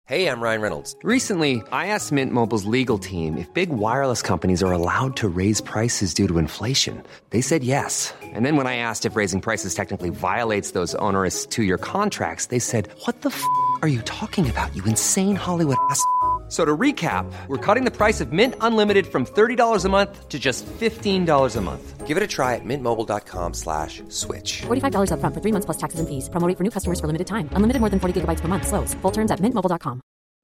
Hey, I'm Ryan Reynolds. Recently, I asked Mint Mobile's legal team if big wireless companies are allowed to raise prices due to inflation. They said yes. And then when I asked if raising prices technically violates those onerous two-year contracts, they said, "What the f*** are you talking about, you insane Hollywood ass?" So to recap, we're cutting the price of Mint Unlimited from $30 a month to just $15 a month. Give it a try at mintmobile.com/switch. $45 up front for 3 months plus taxes and fees. Promo rate for new customers for limited time. Unlimited more than 40 gigabytes per month. Slows full terms at mintmobile.com.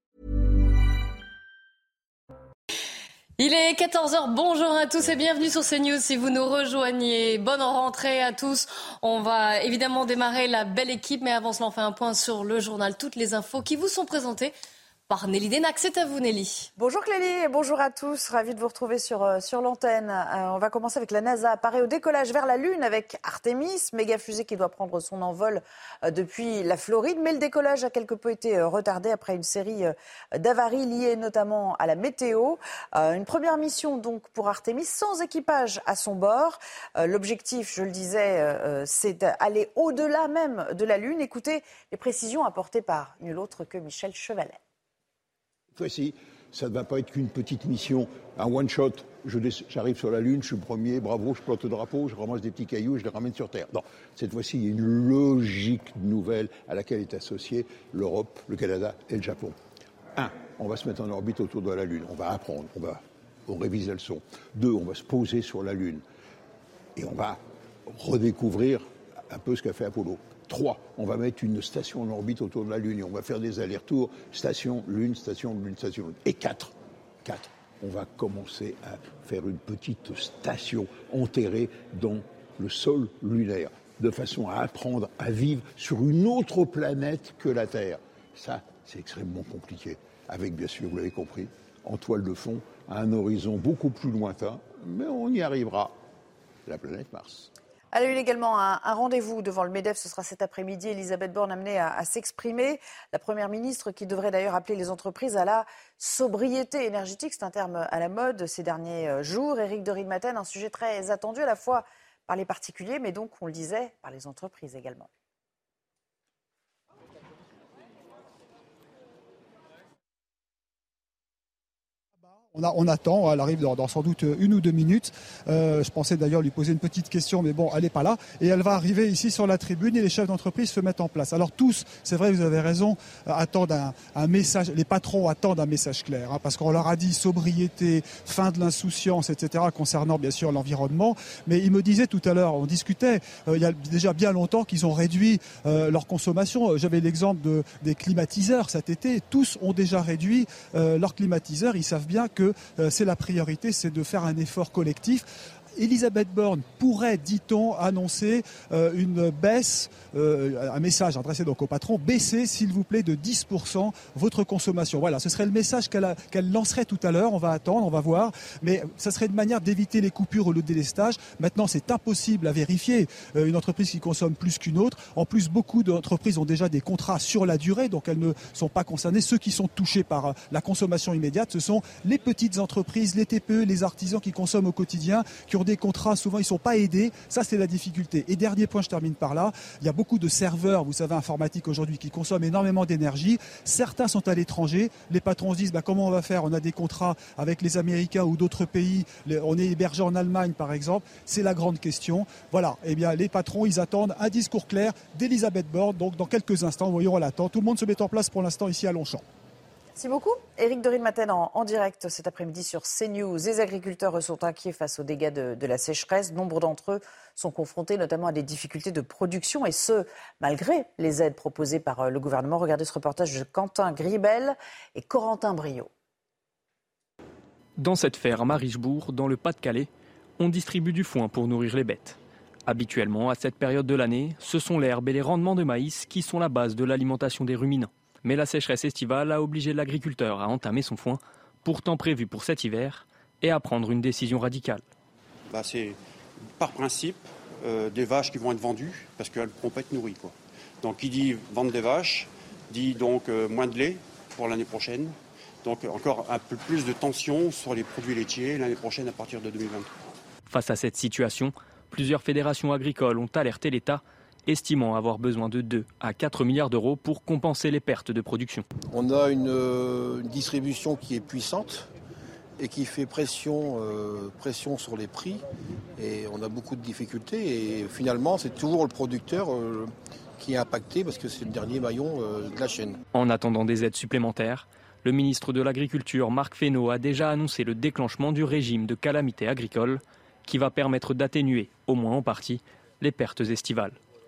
Il est 14h, bonjour à tous et bienvenue sur CNews si vous nous rejoignez. Bonne rentrée à tous. On va évidemment démarrer la belle équipe, mais avant cela on fait un point sur le journal. Toutes les infos qui vous sont présentées par Nelly Denac. C'est à vous Nelly. Bonjour Clélie et bonjour à tous. Ravi de vous retrouver sur l'antenne. On va commencer avec la NASA. Parée au décollage vers la Lune avec Artemis, méga fusée qui doit prendre son envol depuis la Floride. Mais le décollage a quelque peu été retardé après une série d'avaries liées notamment à la météo. Une première mission donc pour Artemis sans équipage à son bord. L'objectif, je le disais, c'est d'aller au-delà même de la Lune. Écoutez les précisions apportées par nul autre que Michel Chevalet. Cette fois-ci, ça ne va pas être qu'une petite mission, un one-shot. J'arrive sur la Lune, je suis le premier, bravo, je plante le drapeau, je ramasse des petits cailloux et je les ramène sur Terre. Non, cette fois-ci, il y a une logique nouvelle à laquelle est associée l'Europe, le Canada et le Japon. On va se mettre en orbite autour de la Lune, on va apprendre, on révise la leçon. 2, on va se poser sur la Lune et on va redécouvrir un peu ce qu'a fait Apollo. 3, on va mettre une station en orbite autour de la Lune et on va faire des allers-retours, station, Lune, station, Lune, station, Lune. Et 4, on va commencer à faire une petite station enterrée dans le sol lunaire, de façon à apprendre à vivre sur une autre planète que la Terre. Ça, c'est extrêmement compliqué, avec, bien sûr, vous l'avez compris, en toile de fond, à un horizon beaucoup plus lointain, mais on y arrivera, la planète Mars. Elle a eu également un rendez-vous devant le MEDEF, ce sera cet après-midi. Elisabeth Borne amenée à s'exprimer. La Première ministre qui devrait d'ailleurs appeler les entreprises à la sobriété énergétique. C'est un terme à la mode ces derniers jours. Éric de Rijnmaten, un sujet très attendu à la fois par les particuliers, mais donc, on le disait, par les entreprises également. On attend, elle arrive dans sans doute 1 ou 2 minutes. Je pensais d'ailleurs lui poser une petite question, mais bon, elle n'est pas là. Et elle va arriver ici sur la tribune et les chefs d'entreprise se mettent en place. Alors tous, c'est vrai, vous avez raison, attendent un message. Les patrons attendent un message clair, parce qu'on leur a dit sobriété, fin de l'insouciance, etc., concernant bien sûr l'environnement. Mais ils me disaient tout à l'heure, on discutait, il y a déjà bien longtemps qu'ils ont réduit leur consommation. J'avais l'exemple des climatiseurs cet été. Tous ont déjà réduit leurs climatiseurs. Ils savent bien que c'est la priorité, c'est de faire un effort collectif. Elisabeth Borne pourrait, dit-on, annoncer une baisse, un message adressé donc au patron, baissez s'il vous plaît de 10% votre consommation. Voilà, ce serait le message qu'elle lancerait tout à l'heure, on va attendre, on va voir, mais ça serait une manière d'éviter les coupures ou le délestage. Maintenant, c'est impossible à vérifier, une entreprise qui consomme plus qu'une autre. En plus, beaucoup d'entreprises ont déjà des contrats sur la durée, donc elles ne sont pas concernées. Ceux qui sont touchés par la consommation immédiate, ce sont les petites entreprises, les TPE, les artisans qui consomment au quotidien, qui ont des contrats, souvent ils ne sont pas aidés, ça c'est la difficulté. Et dernier point, je termine par là, il y a beaucoup de serveurs, vous savez, informatiques aujourd'hui qui consomment énormément d'énergie, certains sont à l'étranger, les patrons se disent comment on va faire, on a des contrats avec les Américains ou d'autres pays, on est hébergé en Allemagne par exemple, c'est la grande question. Voilà, eh bien les patrons ils attendent un discours clair d'Elisabeth Borne, donc dans quelques instants, voyons, on l'attend, tout le monde se met en place pour l'instant ici à Longchamp. Merci beaucoup. Éric de Rijnmaten en direct cet après-midi sur CNews. Les agriculteurs sont inquiets face aux dégâts de la sécheresse. Nombre d'entre eux sont confrontés notamment à des difficultés de production et ce, malgré les aides proposées par le gouvernement. Regardez ce reportage de Quentin Gribel et Corentin Brio. Dans cette ferme à Richebourg, dans le Pas-de-Calais, on distribue du foin pour nourrir les bêtes. Habituellement, à cette période de l'année, ce sont l'herbe et les rendements de maïs qui sont la base de l'alimentation des ruminants. Mais la sécheresse estivale a obligé l'agriculteur à entamer son foin, pourtant prévu pour cet hiver, et à prendre une décision radicale. C'est par principe des vaches qui vont être vendues parce qu'elles ne pourront pas être nourries. Donc qui dit vendre des vaches, dit donc moins de lait pour l'année prochaine. Donc encore un peu plus de tension sur les produits laitiers l'année prochaine à partir de 2023. Face à cette situation, plusieurs fédérations agricoles ont alerté l'État estimant avoir besoin de 2 à 4 milliards d'euros pour compenser les pertes de production. On a une distribution qui est puissante et qui fait pression sur les prix. Et on a beaucoup de difficultés. Et finalement, c'est toujours le producteur qui est impacté parce que c'est le dernier maillon de la chaîne. En attendant des aides supplémentaires, le ministre de l'Agriculture, Marc Fesneau, a déjà annoncé le déclenchement du régime de calamité agricole qui va permettre d'atténuer, au moins en partie, les pertes estivales.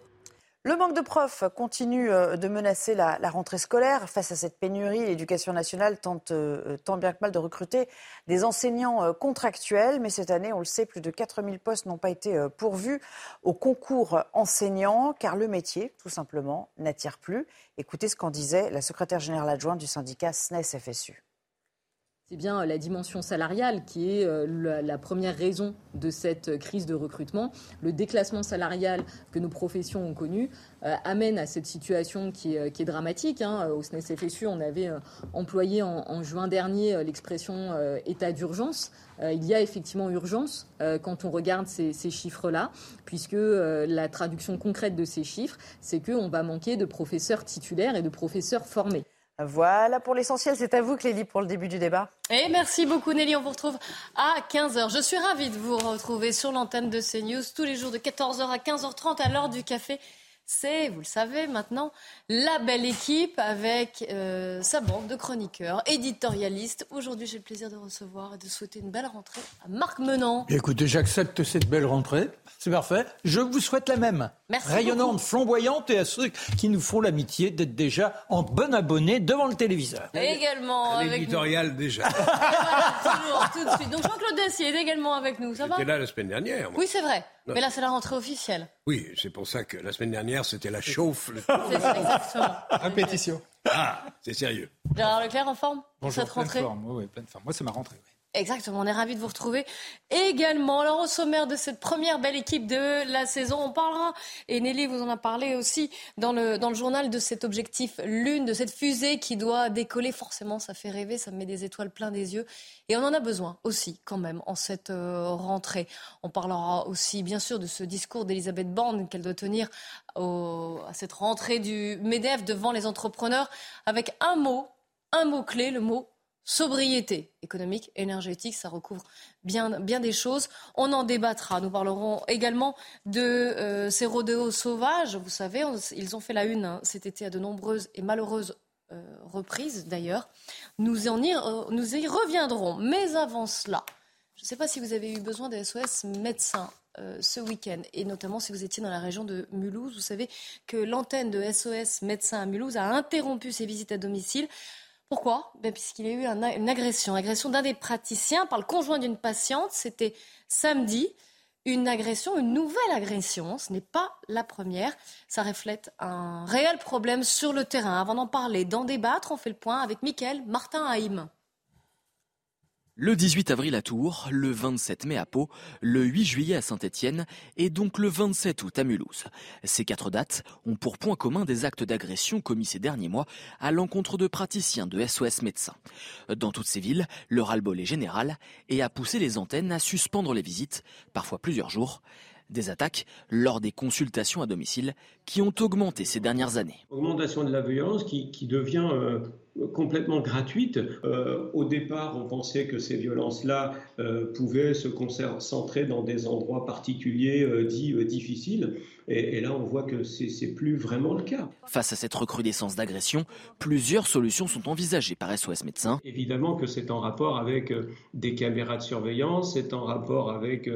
Le manque de profs continue de menacer la rentrée scolaire. Face à cette pénurie, l'Éducation nationale tente tant bien que mal de recruter des enseignants contractuels. Mais cette année, on le sait, plus de 4000 postes n'ont pas été pourvus au concours enseignants, car le métier, tout simplement, n'attire plus. Écoutez ce qu'en disait la secrétaire générale adjointe du syndicat SNES-FSU. C'est bien la dimension salariale qui est la première raison de cette crise de recrutement. Le déclassement salarial que nos professions ont connu amène à cette situation qui est dramatique. Au SNES-FSU, on avait employé en juin dernier l'expression état d'urgence. Il y a effectivement urgence quand on regarde ces chiffres-là, puisque la traduction concrète de ces chiffres, c'est qu'on va manquer de professeurs titulaires et de professeurs formés. Voilà pour l'essentiel. C'est à vous, Clélie, pour le début du débat. Et merci beaucoup, Nelly. On vous retrouve à 15h. Je suis ravie de vous retrouver sur l'antenne de CNews tous les jours de 14h à 15h30 à l'heure du café. C'est, vous le savez maintenant, la belle équipe avec sa bande de chroniqueurs, éditorialistes. Aujourd'hui, j'ai le plaisir de recevoir et de souhaiter une belle rentrée à Marc Menant. Écoutez, j'accepte cette belle rentrée. C'est parfait. Je vous souhaite la même. Merci rayonnante, beaucoup. Flamboyante, et à ceux qui nous font l'amitié d'être déjà en bon abonné devant le téléviseur. Et également avec l'éditorial nous. Déjà. Toujours, tout de suite. Donc Jean-Claude Dacier est également avec nous. Ça va ? J'étais là la semaine dernière. Moi. Oui, c'est vrai. Non. Mais là, c'est la rentrée officielle. Oui, c'est pour ça que la semaine dernière, c'était la chauffe. C'est ça, exactement. Répétition. Ah, c'est sérieux. Gérard Leclerc en forme pour Bonjour, cette rentrée. pleine forme. Oui, pleine forme. Moi, c'est ma rentrée. Oui. Exactement, on est ravis de vous retrouver également. Alors au sommaire de cette première belle équipe de la saison, on parlera, et Nelly vous en a parlé aussi dans le journal, de cet objectif Lune, de cette fusée qui doit décoller. Forcément, ça fait rêver, ça me met des étoiles plein des yeux. Et on en a besoin aussi quand même en cette rentrée. On parlera aussi bien sûr de ce discours d'Elisabeth Borne qu'elle doit tenir à cette rentrée du MEDEF devant les entrepreneurs avec un mot clé, le mot sobriété économique, énergétique, ça recouvre bien des choses. On en débattra. Nous parlerons également de ces rodéos sauvages. Vous savez, ils ont fait la une cet été à de nombreuses et malheureuses reprises d'ailleurs. Nous y reviendrons. Mais avant cela, je ne sais pas si vous avez eu besoin des SOS médecins ce week-end, et notamment si vous étiez dans la région de Mulhouse. Vous savez que l'antenne de SOS médecins à Mulhouse a interrompu ses visites à domicile. Pourquoi ? Puisqu'il y a eu une agression d'un des praticiens par le conjoint d'une patiente. C'était samedi. Une nouvelle agression. Ce n'est pas la première. Ça reflète un réel problème sur le terrain. Avant d'en parler, d'en débattre, on fait le point avec Mickaël Martin-Haïm. Le 18 avril à Tours, le 27 mai à Pau, le 8 juillet à Saint-Étienne et donc le 27 août à Mulhouse. Ces 4 dates ont pour point commun des actes d'agression commis ces derniers mois à l'encontre de praticiens de SOS médecins. Dans toutes ces villes, le ras-le-bol est général et a poussé les antennes à suspendre les visites, parfois plusieurs jours. Des attaques lors des consultations à domicile qui ont augmenté ces dernières années. Augmentation de la violence qui devient complètement gratuite. Au départ, on pensait que ces violences-là pouvaient se concentrer dans des endroits particuliers dits difficiles. Et là, on voit que c'est plus vraiment le cas. Face à cette recrudescence d'agression, plusieurs solutions sont envisagées par SOS Médecins. Évidemment que c'est en rapport avec des caméras de surveillance, c'est en rapport avec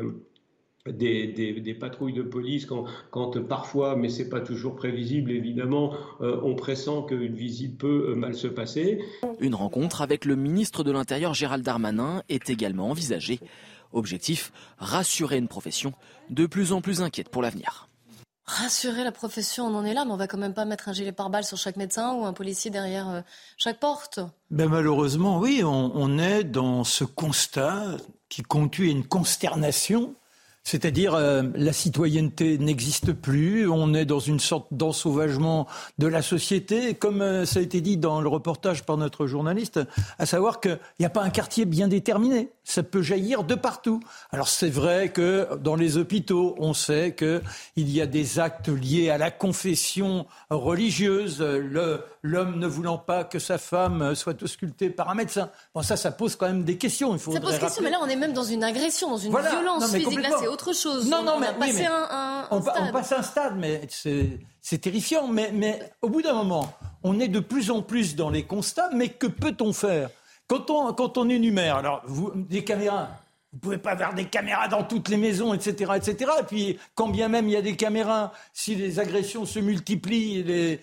des patrouilles de police quand parfois, mais c'est pas toujours prévisible évidemment, on pressent qu'une visite peut mal se passer. Une rencontre avec le ministre de l'Intérieur Gérald Darmanin est également envisagée. Objectif, rassurer une profession de plus en plus inquiète pour l'avenir. Rassurer la profession, on en est là, mais on va quand même pas mettre un gilet pare-balles sur chaque médecin ou un policier derrière chaque porte. Malheureusement, oui, on est dans ce constat qui conduit à une consternation. C'est-à-dire, la citoyenneté n'existe plus, on est dans une sorte d'ensauvagement de la société, comme ça a été dit dans le reportage par notre journaliste, à savoir qu'il n'y a pas un quartier bien déterminé, ça peut jaillir de partout. Alors c'est vrai que dans les hôpitaux, on sait qu'il y a des actes liés à la confession religieuse, l'homme ne voulant pas que sa femme soit auscultée par un médecin. Bon, ça pose quand même des questions. Il faudrait ça pose question, mais là on est même dans une agression, dans une violence physique. Là c'est autre chose. Non, on a passé un stade. On passe un stade, mais c'est terrifiant. Mais au bout d'un moment, on est de plus en plus dans les constats. Mais que peut-on faire quand on énumère, alors des caméras. Vous ne pouvez pas avoir des caméras dans toutes les maisons, etc., etc. Et puis, quand bien même il y a des caméras, si les agressions se multiplient,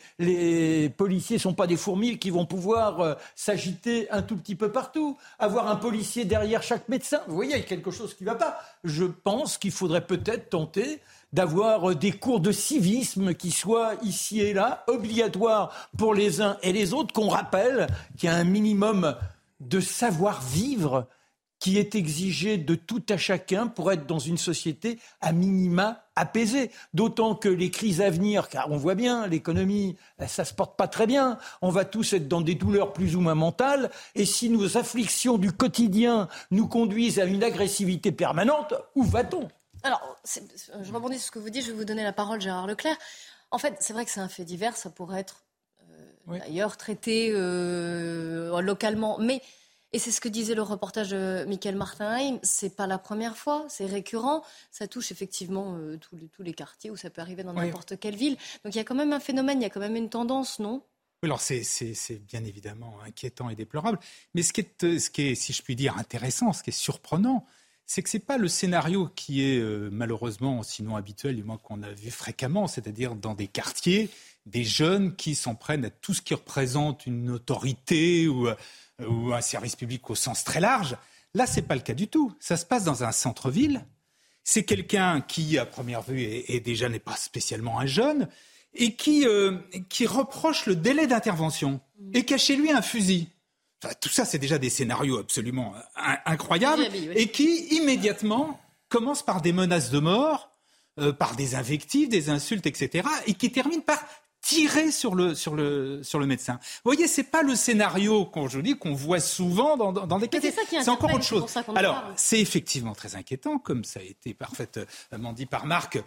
les policiers ne sont pas des fourmis qui vont pouvoir s'agiter un tout petit peu partout. Avoir un policier derrière chaque médecin, vous voyez, il y a quelque chose qui ne va pas. Je pense qu'il faudrait peut-être tenter d'avoir des cours de civisme qui soient ici et là, obligatoires pour les uns et les autres, qu'on rappelle qu'il y a un minimum de savoir-vivre qui est exigé de tout à chacun pour être dans une société à minima apaisée. D'autant que les crises à venir, car on voit bien, l'économie, ça ne se porte pas très bien. On va tous être dans des douleurs plus ou moins mentales. Et si nos afflictions du quotidien nous conduisent à une agressivité permanente, où va-t-on ? Alors, je rebondis sur ce que vous dites. Je vais vous donner la parole, Gérard Leclerc. En fait, c'est vrai que c'est un fait divers. Ça pourrait être d'ailleurs traité localement. Et c'est ce que disait le reportage de Mickaël Martin-Heim, c'est pas la première fois, c'est récurrent, ça touche effectivement tous les quartiers où ça peut arriver dans n'importe quelle ville. Donc il y a quand même un phénomène, il y a quand même une tendance, non ? Alors c'est bien évidemment inquiétant et déplorable, mais ce qui est, si je puis dire, intéressant, ce qui est surprenant, c'est que c'est pas le scénario qui est malheureusement, sinon habituel, du moins qu'on a vu fréquemment, c'est-à-dire dans des quartiers, des jeunes qui s'en prennent à tout ce qui représente une autorité ou un service public au sens très large. Là, c'est pas le cas du tout. Ça se passe dans un centre-ville. C'est quelqu'un qui, à première vue, et déjà n'est pas spécialement un jeune, et qui reproche le délai d'intervention et qui a chez lui un fusil. Enfin, tout ça, c'est déjà des scénarios absolument incroyables et qui, immédiatement, commencent par des menaces de mort, par des invectives, des insultes, etc., et qui terminent par tirer sur le médecin. Vous voyez, c'est pas le scénario qu'on voit souvent dans des cas. C'est encore autre chose. Alors, c'est effectivement très inquiétant, comme ça a été parfaitement dit par Marc.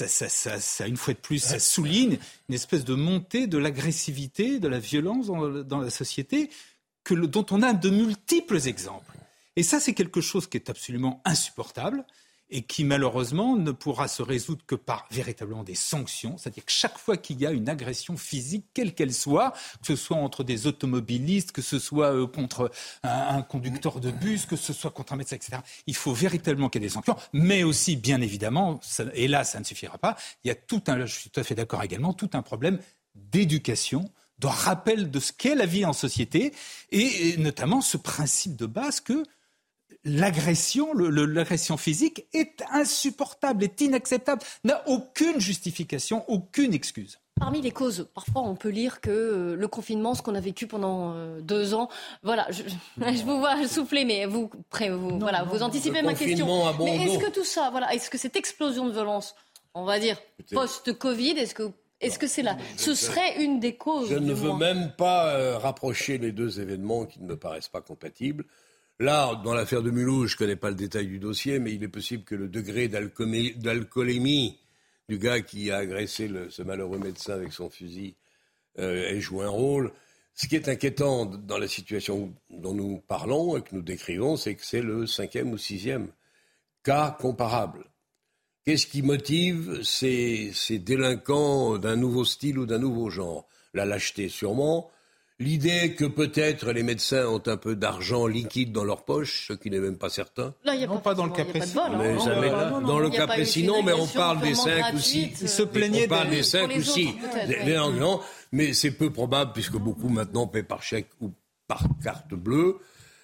Ça une fois de plus, ça souligne une espèce de montée de l'agressivité, de la violence dans la société, dont on a de multiples exemples. Et ça, c'est quelque chose qui est absolument insupportable. Et qui malheureusement ne pourra se résoudre que par véritablement des sanctions, c'est-à-dire que chaque fois qu'il y a une agression physique, quelle qu'elle soit, que ce soit entre des automobilistes, que ce soit contre un conducteur de bus, que ce soit contre un médecin, etc., il faut véritablement qu'il y ait des sanctions, mais aussi, bien évidemment, et là ça ne suffira pas, il y a je suis tout à fait d'accord également, tout un problème d'éducation, de rappel de ce qu'est la vie en société, et notamment ce principe de base que l'agression physique est insupportable, est inacceptable, n'a aucune justification, aucune excuse. Parmi les causes, parfois on peut lire que le confinement, ce qu'on a vécu pendant 2 ans, voilà, je vous vois souffler, mais vous anticipez ma question. Mais est-ce que tout ça, est-ce que cette explosion de violence, on va dire, post-Covid, est-ce que c'est là ? Ce serait une des causes. Je ne veux même pas rapprocher les deux événements qui ne me paraissent pas compatibles. Là, dans l'affaire de Mulhouse, je ne connais pas le détail du dossier, mais il est possible que le degré d'alcoolémie du gars qui a agressé ce malheureux médecin avec son fusil ait joué un rôle. Ce qui est inquiétant dans la situation dont nous parlons et que nous décrivons, c'est que c'est le 5e ou 6e cas comparable. Qu'est-ce qui motive ces délinquants d'un nouveau style ou d'un nouveau genre ? La lâcheté, sûrement. L'idée que peut-être les médecins ont un peu d'argent liquide dans leur poche, ce qui n'est même pas certain. Là, non, pas dans le cas précis. Dans le cas précis, non, mais on parle des 5 ou 6. Ils se plaignaient on parle des 5 ou 6. Non, mais c'est peu probable, puisque beaucoup maintenant paient par chèque ou par carte bleue.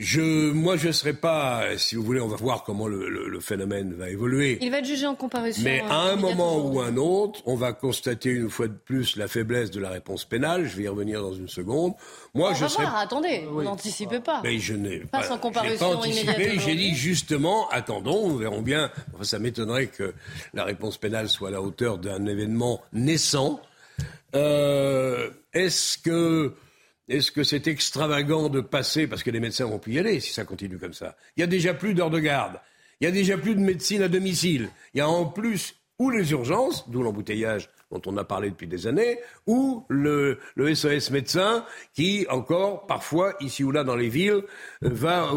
Moi, je ne serais pas, si vous voulez, on va voir comment le phénomène va évoluer. Il va être jugé en comparution. Mais à un moment ou un autre, on va constater une fois de plus la faiblesse de la réponse pénale. Je vais y revenir dans une seconde. Moi, attendez, vous n'anticipez pas. Mais je n'ai pas sans comparution immédiate. J'ai dit justement, attendons, nous verrons bien. Enfin, ça m'étonnerait que la réponse pénale soit à la hauteur d'un événement naissant. Est-ce que c'est extravagant de passer, parce que les médecins vont plus y aller si ça continue comme ça. Il y a déjà plus d'heures de garde. Il y a déjà plus de médecine à domicile. Il y a en plus ou les urgences, d'où l'embouteillage dont on a parlé depuis des années, ou le SOS médecin qui, encore, parfois, ici ou là dans les villes, va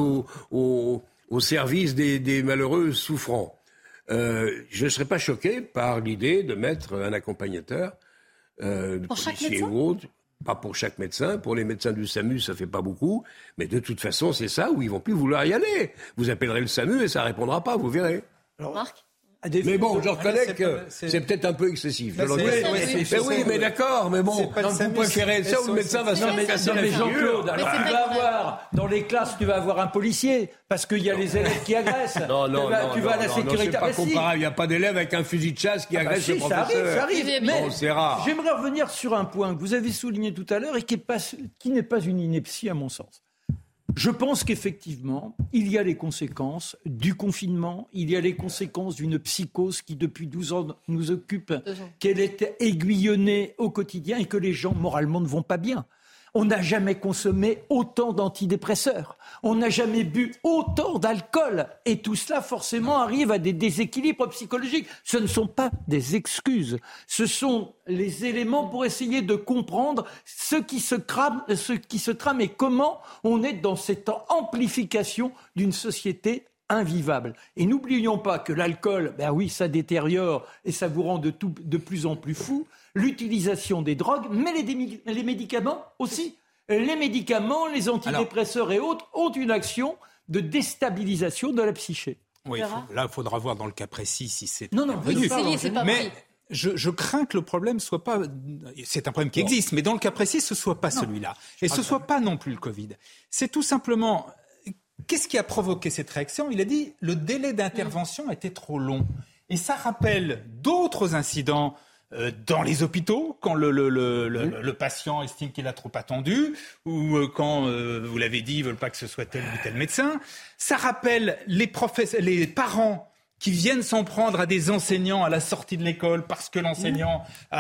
au service des malheureux souffrants. Je ne serais pas choqué par l'idée de mettre un accompagnateur de policier ou autre. Pas pour chaque médecin. Pour les médecins du SAMU, ça fait pas beaucoup. Mais de toute façon, c'est ça où ils vont plus vouloir y aller. Vous appellerez le SAMU et ça répondra pas, vous verrez. Alors, Marc ? Mais bon, je reconnais que c'est peut-être un peu excessif. Oui, mais d'accord, mais bon, vous préférez ça ou le médecin va se faire casser la figure. Jean-Claude, alors tu vas avoir, dans les classes, tu vas avoir un policier, parce qu'il y a les élèves qui agressent. Non, tu vas à la sécurité. C'est pas comparable, il n'y a pas d'élève avec un fusil de chasse qui agresse le professeur. Ça arrive, mais c'est rare. J'aimerais revenir sur un point que vous avez souligné tout à l'heure et qui n'est pas une ineptie à mon sens. Je pense qu'effectivement, il y a les conséquences du confinement, il y a les conséquences d'une psychose qui, depuis 12 ans, nous occupe, qu'elle est aiguillonnée au quotidien et que les gens, moralement, ne vont pas bien. On n'a jamais consommé autant d'antidépresseurs. On n'a jamais bu autant d'alcool. Et tout cela, forcément, arrive à des déséquilibres psychologiques. Ce ne sont pas des excuses. Ce sont les éléments pour essayer de comprendre ce qui se trame et comment on est dans cette amplification d'une société invivable. Et n'oublions pas que l'alcool, ça détériore et ça vous rend de plus en plus fou. L'utilisation des drogues, mais les médicaments aussi. Les médicaments, les antidépresseurs et autres ont une action de déstabilisation de la psyché. Oui, là, il faudra voir dans le cas précis si c'est... Non, mais je crains que le problème soit pas... C'est un problème qui existe, mais dans le cas précis, ce soit pas celui-là. Et ce soit pas non plus le Covid. C'est tout simplement... Qu'est-ce qui a provoqué cette réaction ? Il a dit le délai d'intervention était trop long. Et ça rappelle d'autres incidents dans les hôpitaux, quand le patient estime qu'il a trop attendu, ou quand, vous l'avez dit, ils ne veulent pas que ce soit tel ou tel médecin. Ça rappelle les parents qui viennent s'en prendre à des enseignants à la sortie de l'école parce que l'enseignant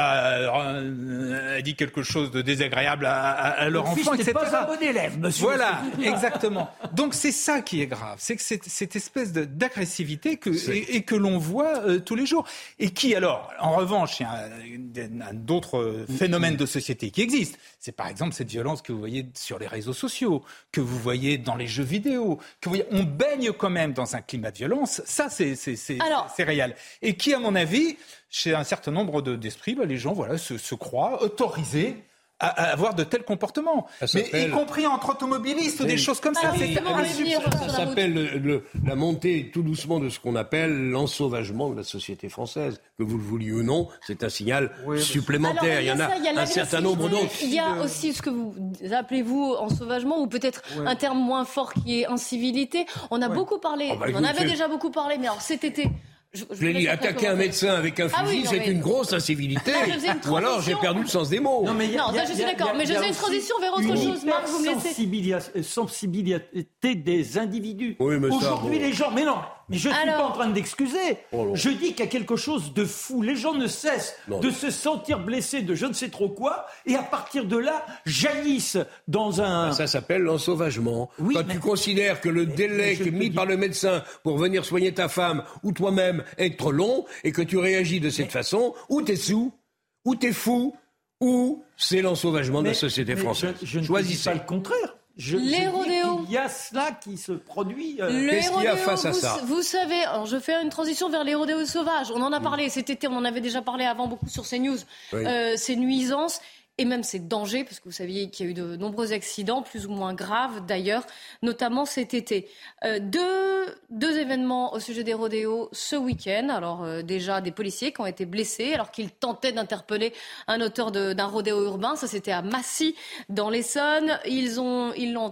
a dit quelque chose de désagréable à leur enfant, etc. C'est pas un bon élève, monsieur. Voilà, exactement. Donc c'est ça qui est grave, c'est que cette espèce d'agressivité que l'on voit tous les jours. Et qui alors, en revanche, il y a d'autres phénomènes de société qui existent. C'est par exemple cette violence que vous voyez sur les réseaux sociaux, que vous voyez dans les jeux vidéo, que vous voyez, on baigne quand même dans un climat de violence. Ça, c'est réel. Et qui, à mon avis, chez un certain nombre d'esprits, les gens se croient autorisés à avoir de tels comportements. Mais y compris entre automobilistes ou des choses comme ça. Ça s'appelle la montée tout doucement de ce qu'on appelle l'ensauvagement de la société française. Que vous le vouliez ou non, c'est un signal supplémentaire. Il y en a un certain nombre d'autres. Il y a aussi ce que vous appelez-vous ensauvagement, ou peut-être un terme moins fort qui est incivilité. On a beaucoup parlé, on en avait déjà beaucoup parlé, mais alors cet été... Je l'ai dit, attaquer un médecin avec un fusil, c'est une grosse incivilité. Ou alors j'ai perdu le sens des mots. Je suis d'accord, mais je faisais une transition vers autre chose, Marc, vous me laissez. Sensibilité des individus. Oui, mais aujourd'hui, les gens... Mais non, mais je ne suis pas en train d'excuser. Je dis qu'il y a quelque chose de fou. Les gens ne cessent de se sentir blessés de je ne sais trop quoi, et à partir de là, jaillissent dans un... Ça s'appelle l'ensauvagement. Oui, quand tu considères que le délai qui est mis par le médecin pour venir soigner ta femme ou toi-même est trop long, et que tu réagis de cette façon, ou t'es sous, ou t'es fou, ou c'est l'ensauvagement de la société française. Je ne dis pas le contraire. Les rodéos. Il y a cela qui se produit. Qu'est-ce qu'il y a face à ça ? Vous savez, alors je fais une transition vers les rodéos sauvages. On en a parlé cet été, on en avait déjà parlé avant beaucoup sur CNews. Ces nuisances. et même ses dangers, parce que vous saviez qu'il y a eu de nombreux accidents, plus ou moins graves d'ailleurs, notamment cet été. Deux événements au sujet des rodéos ce week-end. Alors déjà des policiers qui ont été blessés alors qu'ils tentaient d'interpeller un auteur d'un rodéo urbain. Ça, c'était à Massy, dans l'Essonne. Ils l'ont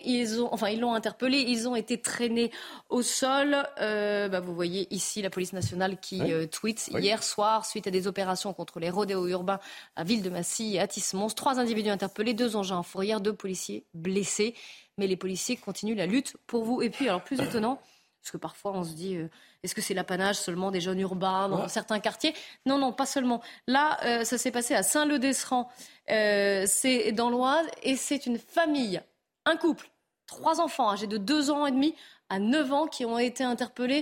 interpellé, ils ont été traînés au sol. Vous voyez ici la police nationale qui tweet hier soir, suite à des opérations contre les rodéos urbains à Ville-de-Massy et à Tissemons. 3 individus interpellés, 2 engins en fourrière, 2 policiers blessés. Mais les policiers continuent la lutte pour vous. Et puis, alors plus étonnant, parce que parfois on se dit, est-ce que c'est l'apanage seulement des jeunes urbains dans certains quartiers ? Non, pas seulement. Là, ça s'est passé à Saint-Leu-d'Esserand, c'est dans l'Oise, et c'est une famille, un couple, 3 enfants âgés de 2 ans et demi à 9 ans qui ont été interpellés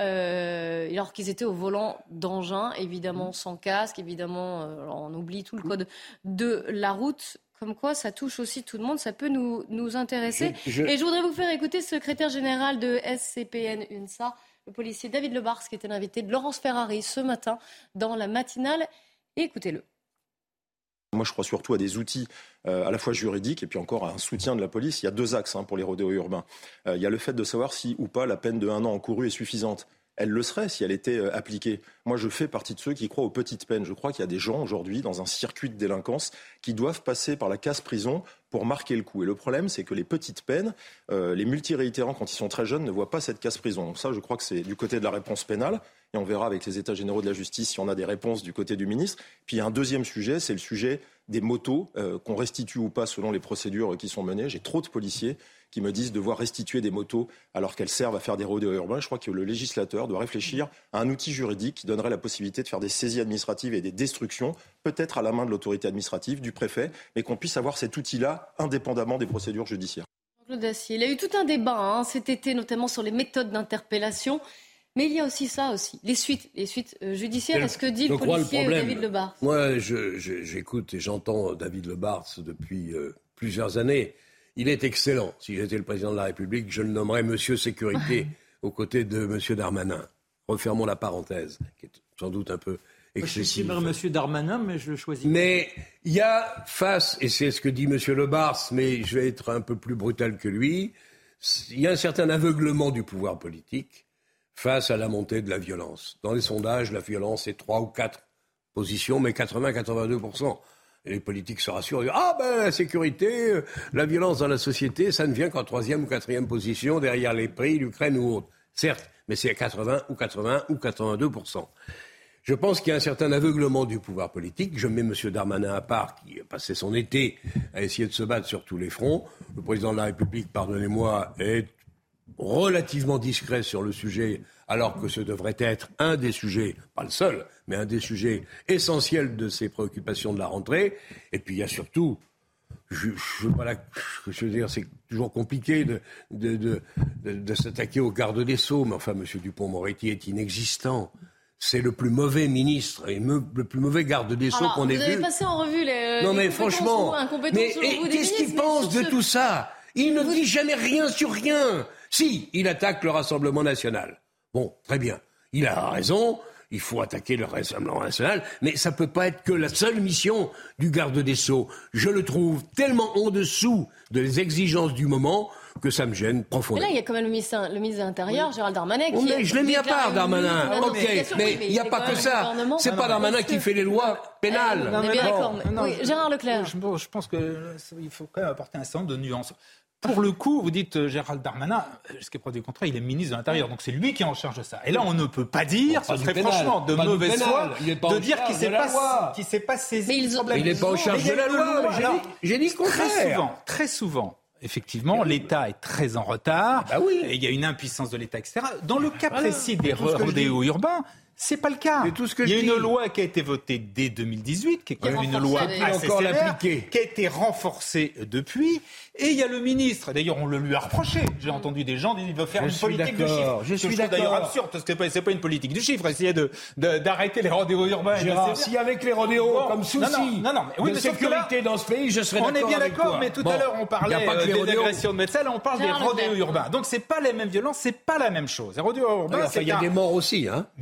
alors qu'ils étaient au volant d'engins, évidemment sans casque, évidemment, on oublie tout le code de la route. Comme quoi, ça touche aussi tout le monde, ça peut nous intéresser. Et je voudrais vous faire écouter le secrétaire général de SCPN UNSA, le policier David Lebars, qui était l'invité de Laurence Ferrari ce matin dans la matinale. Écoutez-le. Moi, je crois surtout à des outils à la fois juridiques et puis encore à un soutien de la police. Il y a 2 axes pour les rodéos urbains. Il y a le fait de savoir si ou pas la peine de 1 an encourue est suffisante. Elle le serait si elle était appliquée. Moi, je fais partie de ceux qui croient aux petites peines. Je crois qu'il y a des gens aujourd'hui dans un circuit de délinquance qui doivent passer par la case prison pour marquer le coup. Et le problème, c'est que les petites peines, les multiréitérants, quand ils sont très jeunes, ne voient pas cette case prison. Donc ça, je crois que c'est du côté de la réponse pénale. Et on verra avec les états généraux de la justice si on a des réponses du côté du ministre. Puis il y a un deuxième sujet, c'est le sujet des motos, qu'on restitue ou pas selon les procédures qui sont menées. J'ai trop de policiers qui me disent devoir restituer des motos alors qu'elles servent à faire des rodéos urbains. Je crois que le législateur doit réfléchir à un outil juridique qui donnerait la possibilité de faire des saisies administratives et des destructions, peut-être à la main de l'autorité administrative, du préfet, mais qu'on puisse avoir cet outil-là indépendamment des procédures judiciaires. Claude Dacier, il y a eu tout un débat cet été, notamment sur les méthodes d'interpellation. Mais il y a aussi les suites judiciaires. Est-ce que dit le policier David Lebars ? Moi, j'écoute et j'entends David Lebars depuis plusieurs années. Il est excellent. Si j'étais le président de la République, je le nommerais Monsieur Sécurité aux côtés de Monsieur Darmanin. Refermons la parenthèse, qui est sans doute un peu excessive. Je suis Monsieur Darmanin, mais je le choisis. Mais il y a face, et c'est ce que dit Monsieur Lebars, mais je vais être un peu plus brutal que lui, il y a un certain aveuglement du pouvoir politique face à la montée de la violence. Dans les sondages, la violence est 3 ou 4 positions, mais 80-82%. Et les politiques se rassurent, disent, la sécurité, la violence dans la société, ça ne vient qu'en 3e ou 4e position, derrière les prix, l'Ukraine ou autre. Certes, mais c'est à 80 ou 82%. Je pense qu'il y a un certain aveuglement du pouvoir politique. Je mets M. Darmanin à part, qui a passé son été à essayer de se battre sur tous les fronts. Le président de la République, pardonnez-moi, est relativement discret sur le sujet, alors que ce devrait être un des sujets, pas le seul, mais un des sujets essentiels de ses préoccupations de la rentrée. Et puis il y a surtout, je veux dire, c'est toujours compliqué de s'attaquer au garde des Sceaux, mais enfin, M. Dupond-Moretti est inexistant. C'est le plus mauvais ministre et le plus mauvais garde des Sceaux qu'on ait vu. Vous avez passé en revue les non, mais franchement, qu'est-ce qu'il pense de tout ça ? Il ne dit jamais rien sur rien. Si, il attaque le Rassemblement national. Bon, très bien. Il a raison, il faut attaquer le Rassemblement national, mais ça ne peut pas être que la seule mission du garde des Sceaux. Je le trouve tellement en dessous des exigences du moment que ça me gêne profondément. Mais là, il y a quand même le ministre de l'Intérieur, Gérald Darmanin, qui... Je l'ai mis à part, Darmanin. Mais il n'y a pas que ça. C'est pas Darmanin qui fait les lois pénales. On est bien d'accord. Gérard Leclerc. Je pense qu'il faut quand même apporter un certain nombre de nuances. Pour le coup, vous dites Gérald Darmanin, jusqu'à preuve du contraire, il est ministre de l'Intérieur, donc c'est lui qui est en charge de ça. Et là, on ne peut pas dire, ce serait franchement de mauvaise foi, de dire qu'il ne s'est pas saisi du problème. Il n'est pas en charge de la loi, j'ai dit le contraire. Très souvent, effectivement, l'État est très en retard, et il y a une impuissance de l'État, etc. Dans le cas précis des rodéos urbains, c'est pas le cas. Il y a une loi qui a été votée dès 2018, qui est quand même une loi assez sévère, qui a été renforcée depuis. Et il y a le ministre, d'ailleurs on le lui a reproché, j'ai entendu des gens dire qu'il veut faire une politique de chiffres. Je suis d'ailleurs absurde, parce que c'est pas une politique de chiffres, essayer d'arrêter les rodéos urbains. Gérard, si avec les rodéos comme souci de sécurité dans ce pays, je serais d'accord. On est bien d'accord, mais tout à l'heure on parlait des agressions de médecins, là on parle des rodéos urbains. Donc c'est pas les mêmes violences, c'est pas la même chose. Les rodéos urbains, il y a des morts aussi, hein. Mais bien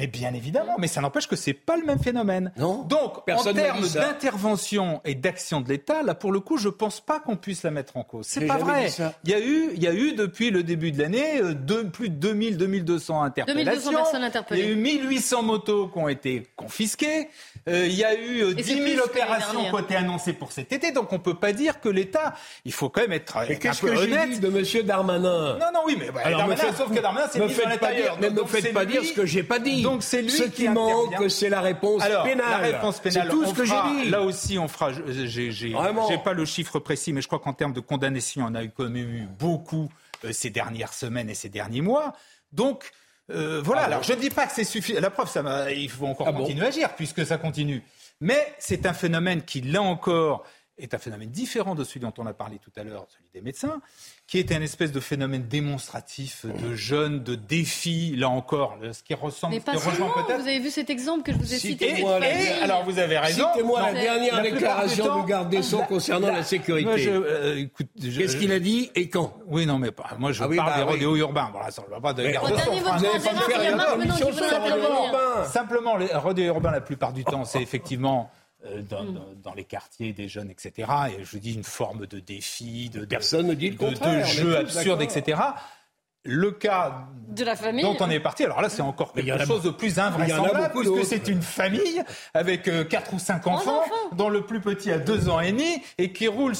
évidemment, mais ça n'empêche que c'est pas le même phénomène. Non. Donc, Personne en termes n'a dit ça. d'intervention et d'action de l'État, là, pour le coup, je pense pas qu'on puisse la mettre en cause. C'est J'ai pas jamais vrai. dit ça. Il y a eu depuis le début de l'année plus de 2200 interpellations. 2200 personnes interpellées. Il y a eu 1800 motos qui ont été confisquées. Il y a eu 10 c'est plus 000 que opérations l'année qui ont été annoncées pour cet été. Donc, on peut pas dire que l'État, il faut quand même être Mais un qu'est-ce peu que j'ai honnête. dit de M. Darmanin? Non, oui, mais Alors, Darmanin, sauf que Darmanin, c'est me ministre de faites pas l'Intérieur. dire, mais Donc, me faites c'est pas lui- dire ce que j'ai pas dit. Donc, c'est lui ce qui qui manque, intervient. c'est la réponse Alors, pénale. la réponse pénale, C'est tout ce que j'ai dit. Là aussi, on fera. J'ai Vraiment. pas le chiffre précis, mais je crois qu'en termes de condamnation, on a eu quand même eu beaucoup ces dernières semaines et ces derniers mois. Donc, voilà. Alors, je ne dis pas que c'est suffisant. La preuve, il faut encore continuer à agir, puisque ça continue. Mais c'est un phénomène qui, là encore, est un phénomène différent de celui dont on a parlé tout à l'heure, celui des médecins, qui est un espèce de phénomène démonstratif de jeunes, de défis, là encore, ce qui ressemble, Mais ce qui pas rejoint seulement, peut-être. vous avez vu cet exemple que je vous ai cité. Citez-moi la- Alors vous avez raison. Citez-moi Non, la dernière la plupart déclaration du temps- du garde des Sceaux concernant la sécurité. Moi, Qu'est-ce qu'il a dit et quand? Oui, non, mais moi je Ah oui, parle bah des oui. rodéos urbains. Voilà, ça ne va pas de Mais garde au des Sceaux. dernier vote, Vous allez pas me Gérard, faire il y a une Marc Menon qui émission veut sur les rodéos intervenir. urbains. Simplement, les rodéos urbains, la plupart du temps, c'est effectivement dans les quartiers des jeunes, etc. Et je dis une forme de défi, Personne ne dit le de contraire, on est jeu tous absurde, d'accord. etc. Le cas de la famille dont on est parti, alors là c'est encore il y en quelque a chose de plus il y en a invraisemblable, beaucoup puisque d'autres. c'est une famille avec 4 ou 5 enfants, dont le plus petit a 2 ans et demi, et qui roulent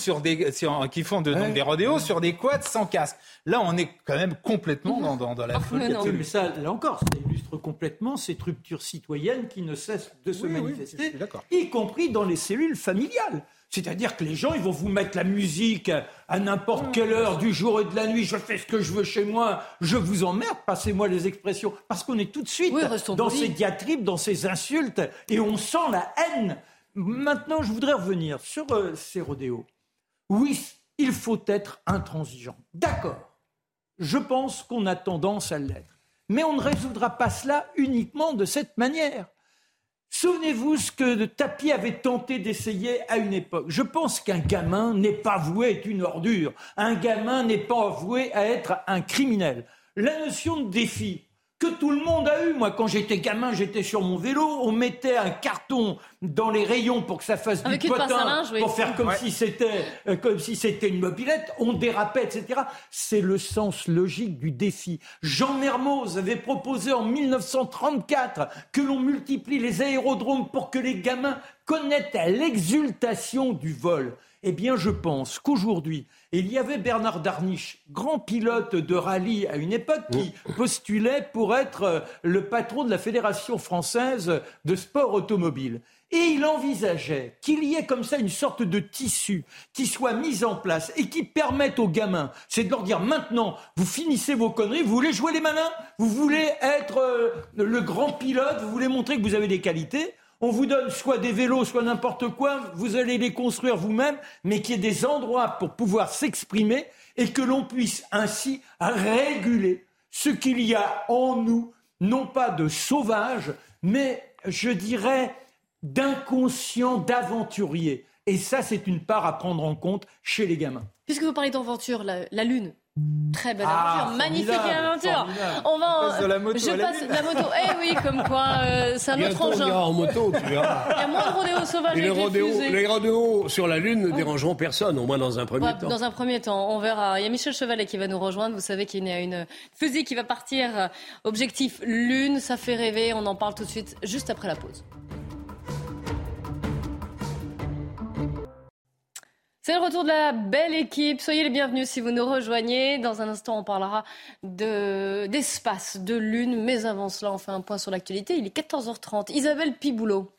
qui font donc des rodéos sur des quads sans casque. Là on est quand même complètement dans la folie. Oui, mais ça, là encore, ça illustre complètement cette rupture citoyenne qui ne cesse de se manifester, y compris dans les cellules familiales. C'est-à-dire que les gens, ils vont vous mettre la musique à n'importe quelle heure du jour et de la nuit. Je fais ce que je veux chez moi. Je vous emmerde, passez-moi les expressions. Parce qu'on est tout de suite dans ces diatribes, dans ces insultes, et on sent la haine. Maintenant, je voudrais revenir sur ces rodéos. Oui, il faut être intransigeant. D'accord. Je pense qu'on a tendance à l'être. Mais on ne résoudra pas cela uniquement de cette manière. Souvenez-vous ce que Tapie avait tenté d'essayer à une époque. Je pense qu'un gamin n'est pas voué à être une ordure. Un gamin n'est pas voué à être un criminel. La notion de défi que tout le monde a eu. Moi, quand j'étais gamin, j'étais sur mon vélo, on mettait un carton dans les rayons pour que ça fasse avec du une pince à potin, linge, oui. pour faire comme si c'était une mobilette, on dérapait, etc. C'est le sens logique du défi. Jean Mermoz avait proposé en 1934 que l'on multiplie les aérodromes pour que les gamins connaissent l'exultation du vol. Eh bien, je pense qu'aujourd'hui, il y avait Bernard Darniche, grand pilote de rallye à une époque, qui postulait pour être le patron de la Fédération française de sport automobile. Et il envisageait qu'il y ait comme ça une sorte de tissu qui soit mis en place et qui permette aux gamins, c'est de leur dire maintenant, vous finissez vos conneries, vous voulez jouer les malins, vous voulez être le grand pilote, vous voulez montrer que vous avez des qualités. On vous donne soit des vélos, soit n'importe quoi, vous allez les construire vous-même, mais qu'il y ait des endroits pour pouvoir s'exprimer et que l'on puisse ainsi réguler ce qu'il y a en nous, non pas de sauvage, mais je dirais d'inconscient, d'aventurier. Et ça, c'est une part à prendre en compte chez les gamins. Puisque vous parlez d'aventure, la Lune. Très belle aventure, magnifique aventure. Formidable. On va. On passe de la moto à la Lune. La moto. Eh oui, comme quoi, c'est un autre Bientôt, on engin. ira en moto, tu verras. Il y a moins de rodéos sauvages. Et avec fusées. les rodéos sur la Lune ne dérangeront personne, au moins dans un premier temps. Dans un premier temps, on verra. Il y a Michel Chevalet qui va nous rejoindre. Vous savez qu'il y a une fusée qui va partir. Objectif Lune, ça fait rêver. On en parle tout de suite, juste après la pause. C'est le retour de la belle équipe. Soyez les bienvenus si vous nous rejoignez. Dans un instant, on parlera d'espace, de lune. Mais avant cela, on fait un point sur l'actualité. Il est 14h30. Isabelle Piboulot.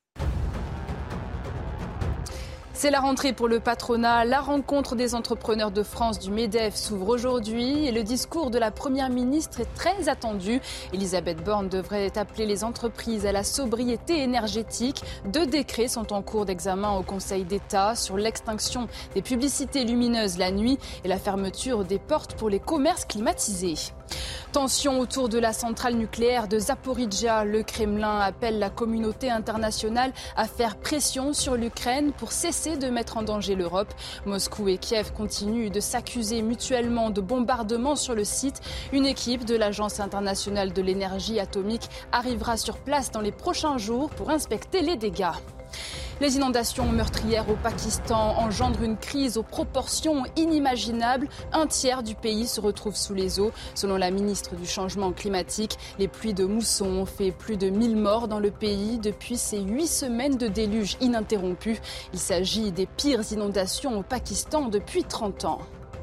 C'est la rentrée pour le patronat. La rencontre des entrepreneurs de France du MEDEF s'ouvre aujourd'hui et le discours de la Première ministre est très attendu. Elisabeth Borne devrait appeler les entreprises à la sobriété énergétique. 2 décrets sont en cours d'examen au Conseil d'État sur l'extinction des publicités lumineuses la nuit et la fermeture des portes pour les commerces climatisés. Tension autour de la centrale nucléaire de Zaporijia. Le Kremlin appelle la communauté internationale à faire pression sur l'Ukraine pour cesser de mettre en danger l'Europe. Moscou et Kiev continuent de s'accuser mutuellement de bombardements sur le site. Une équipe de l'Agence internationale de l'énergie atomique arrivera sur place dans les prochains jours pour inspecter les dégâts. Les inondations meurtrières au Pakistan engendrent une crise aux proportions inimaginables. Un tiers du pays se retrouve sous les eaux. Selon la ministre du Changement climatique, les pluies de mousson ont fait plus de 1000 morts dans le pays depuis ces 8 semaines de déluge ininterrompus. Il s'agit des pires inondations au Pakistan depuis 30 ans.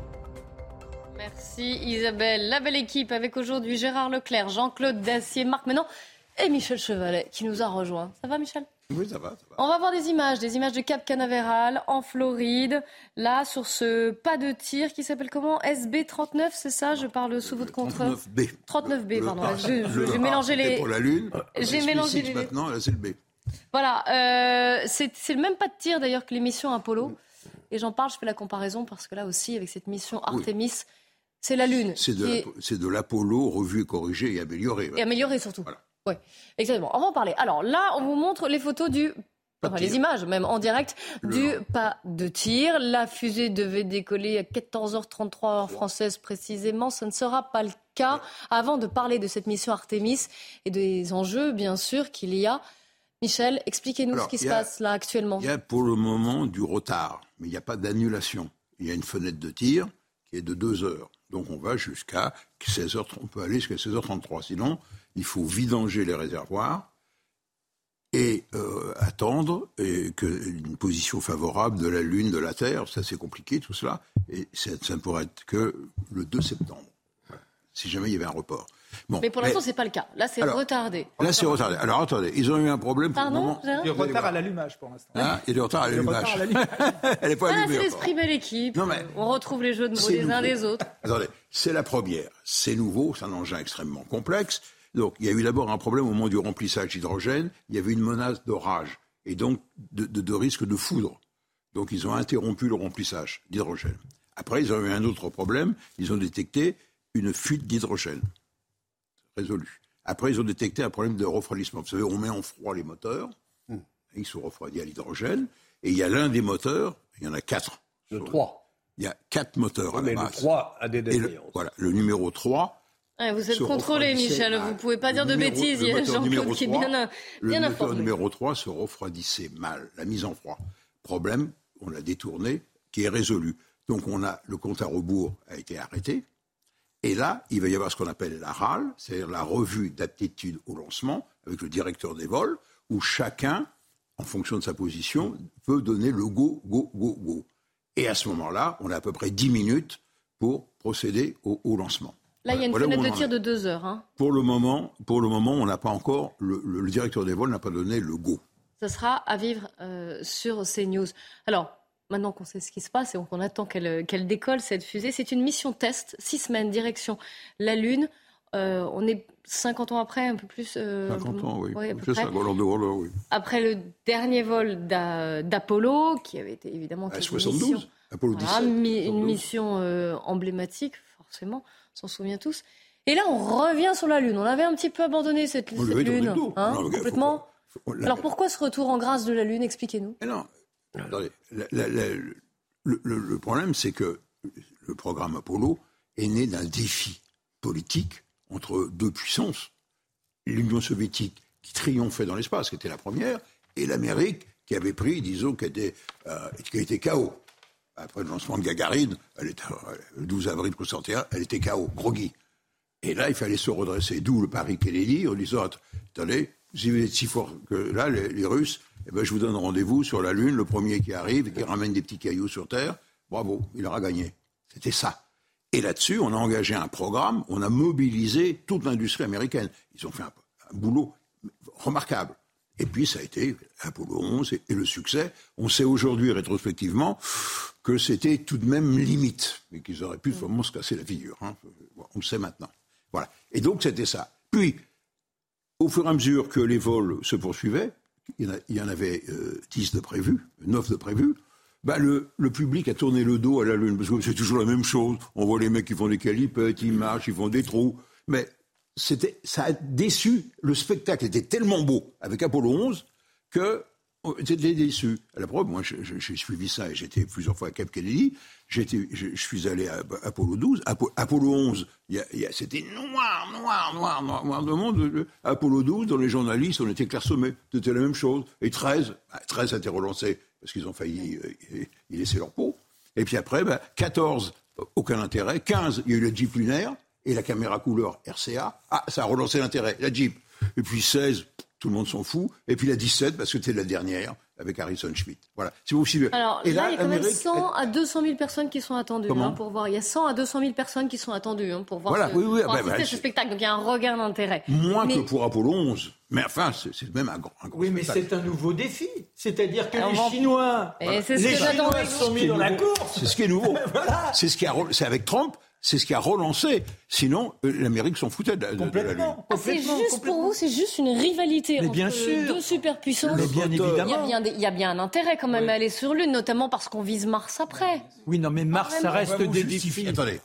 Merci Isabelle. La belle équipe avec aujourd'hui Gérard Leclerc, Jean-Claude Dacier, Marc Menon et Michel Chevalet qui nous a rejoints. Ça va Michel ? Oui, ça va. On va voir des images de Cap Canaveral en Floride. Là, sur ce pas de tir qui s'appelle comment ? SB39, c'est ça ? Je parle sous votre contrôle. 39B. 39B, pardon. J'ai mélangé les... pour la Lune. J'ai mélangé les... Maintenant, là, c'est le B. Voilà. C'est le même pas de tir, d'ailleurs, que les missions Apollo. Et j'en parle, je fais la comparaison, parce que là aussi, avec cette mission Artemis, c'est la Lune. C'est de l'Apollo revu et corrigé et amélioré. Et amélioré, surtout. Voilà. Oui, exactement. On va en parler. Alors là, on vous montre les photos les images même en direct du pas de tir. La fusée devait décoller à 14h33 heure française précisément. Ce ne sera pas le cas. Avant de parler de cette mission Artemis et des enjeux, bien sûr, qu'il y a. Michel, expliquez-nous ce qui se passe là actuellement. Il y a pour le moment du retard, mais il n'y a pas d'annulation. Il y a une fenêtre de tir qui est de 2 heures. Donc on va jusqu'à 16h30. On peut aller jusqu'à 16h33. Sinon, il faut vidanger les réservoirs et attendre une position favorable de la Lune, de la Terre. Ça, c'est compliqué, tout cela. Et ça ne pourrait être que le 2 septembre, si jamais il y avait un report. Bon, mais pour l'instant, ce n'est pas le cas. Là, c'est retardé. Là, c'est retardé. Alors, attendez, ils ont eu un problème pour le moment. Il y a du retard à l'allumage, pour l'instant. Il y a du retard à l'allumage. Elle n'est pas allumée. C'est l'esprit belle équipe. On retrouve les jeux de mots des uns des autres. Attendez, c'est la première. C'est nouveau, c'est un engin extrêmement complexe. Donc, il y a eu d'abord un problème au moment du remplissage d'hydrogène. Il y avait une menace d'orage et donc de risque de foudre. Donc, ils ont interrompu le remplissage d'hydrogène. Après, ils ont eu un autre problème. Ils ont détecté une fuite d'hydrogène. Résolu. Après, ils ont détecté un problème de refroidissement. Vous savez, on met en froid les moteurs. Ils sont refroidis à l'hydrogène. Et il y a l'un des moteurs, il y en a 4. Le 3. Il y a 4 moteurs à la base. Le 3 a des défaillances. Voilà, le numéro 3... vous êtes contrôlé, Michel. Vous ne pouvez pas dire de bêtises. Il y a Jean-Claude qui est bien informé. Le moteur numéro 3 se refroidissait mal, la mise en froid. Problème, on l'a détourné, qui est résolu. Donc le compte à rebours a été arrêté. Et là, il va y avoir ce qu'on appelle la RAL, c'est-à-dire la revue d'aptitude au lancement, avec le directeur des vols, où chacun, en fonction de sa position, peut donner le go, go, go, go. Et à ce moment-là, on a à peu près 10 minutes pour procéder au lancement. Là, il y a une fenêtre de tir de 2 heures. Pour le moment, on n'a pas encore, le directeur des vols n'a pas donné le go. Ça sera à vivre sur CNews. Alors, maintenant qu'on sait ce qui se passe et qu'on attend qu'elle décolle, cette fusée, c'est une mission test, 6 semaines, direction la Lune. On est 50 ans après, un peu plus. 50 ans, oui. Oui, c'est ça, oui. Après le dernier vol d'Apollo, qui avait été évidemment... 72, Apollo 17. Une mission emblématique, forcément, on s'en souvient tous. Et là, on revient sur la Lune. On avait un petit peu abandonné cette Lune, complètement. Alors pourquoi ce retour en grâce de la Lune ? Expliquez-nous. Mais non, attendez, le problème, c'est que le programme Apollo est né d'un défi politique entre deux puissances. L'Union soviétique, qui triomphait dans l'espace, qui était la première, et l'Amérique, qui avait pris, disons, qui était KO. Après le lancement de Gagarine, le 12 avril 1961, elle était KO, groggy. Et là, il fallait se redresser. D'où le pari Kennedy, en disant, attendez, si vous êtes si fort que là, les Russes, je vous donne rendez-vous sur la Lune, le premier qui arrive, qui ramène des petits cailloux sur Terre, bravo, il aura gagné. C'était ça. Et là-dessus, on a engagé un programme, on a mobilisé toute l'industrie américaine. Ils ont fait un boulot remarquable. Et puis, ça a été Apollo 11 et le succès. On sait aujourd'hui, rétrospectivement, que c'était tout de même limite, mais qu'ils auraient pu vraiment se casser la figure. Hein. On le sait maintenant. Voilà. Et donc, c'était ça. Puis, au fur et à mesure que les vols se poursuivaient, il y en avait 10 de prévus, 9 de prévus, Le public a tourné le dos à la Lune, parce que c'est toujours la même chose. On voit les mecs qui font des calipettes, ils marchent, ils font des trous. Mais ça a déçu. Le spectacle était tellement beau avec Apollo 11 que j'étais déçu. À la preuve, moi, j'ai suivi ça et j'étais plusieurs fois à Cap Kennedy. Je suis allé à Apollo 12. Apollo 11, c'était noir de monde. Apollo 12, dans les journalistes, on était clairsemés. C'était la même chose. Et 13 a été relancé parce qu'ils ont failli y laisser leur peau. Et puis après, 14, aucun intérêt. 15, il y a eu le Jeep lunaire et la caméra couleur RCA. Ça a relancé l'intérêt, la Jeep. Et puis 16... tout le monde s'en fout. Et puis la 17, parce que c'était la dernière, avec Harrison Schmitt. Voilà. Si vous suivez. Alors et là, il y a quand même 100 à 200 000 personnes qui sont attendues pour voir. Il y a 100 à 200 000 personnes qui sont attendues pour voir ce spectacle. Donc il y a un regain d'intérêt. Moins que pour Apollo 11. Mais enfin, c'est même un grand oui, mais spectacle. c'est un nouveau défi. C'est-à-dire que les Chinois sont mis dans la course. C'est ce qui est nouveau. Voilà. C'est avec Trump. C'est ce qui a relancé. Sinon, l'Amérique s'en foutait de la Lune. C'est juste pour vous, c'est juste une rivalité entre deux superpuissances. Mais bien évidemment. Il y a bien un intérêt quand même à aller sur Lune, notamment parce qu'on vise Mars après. Oui, non, mais Mars, ça reste des défis. Attendez.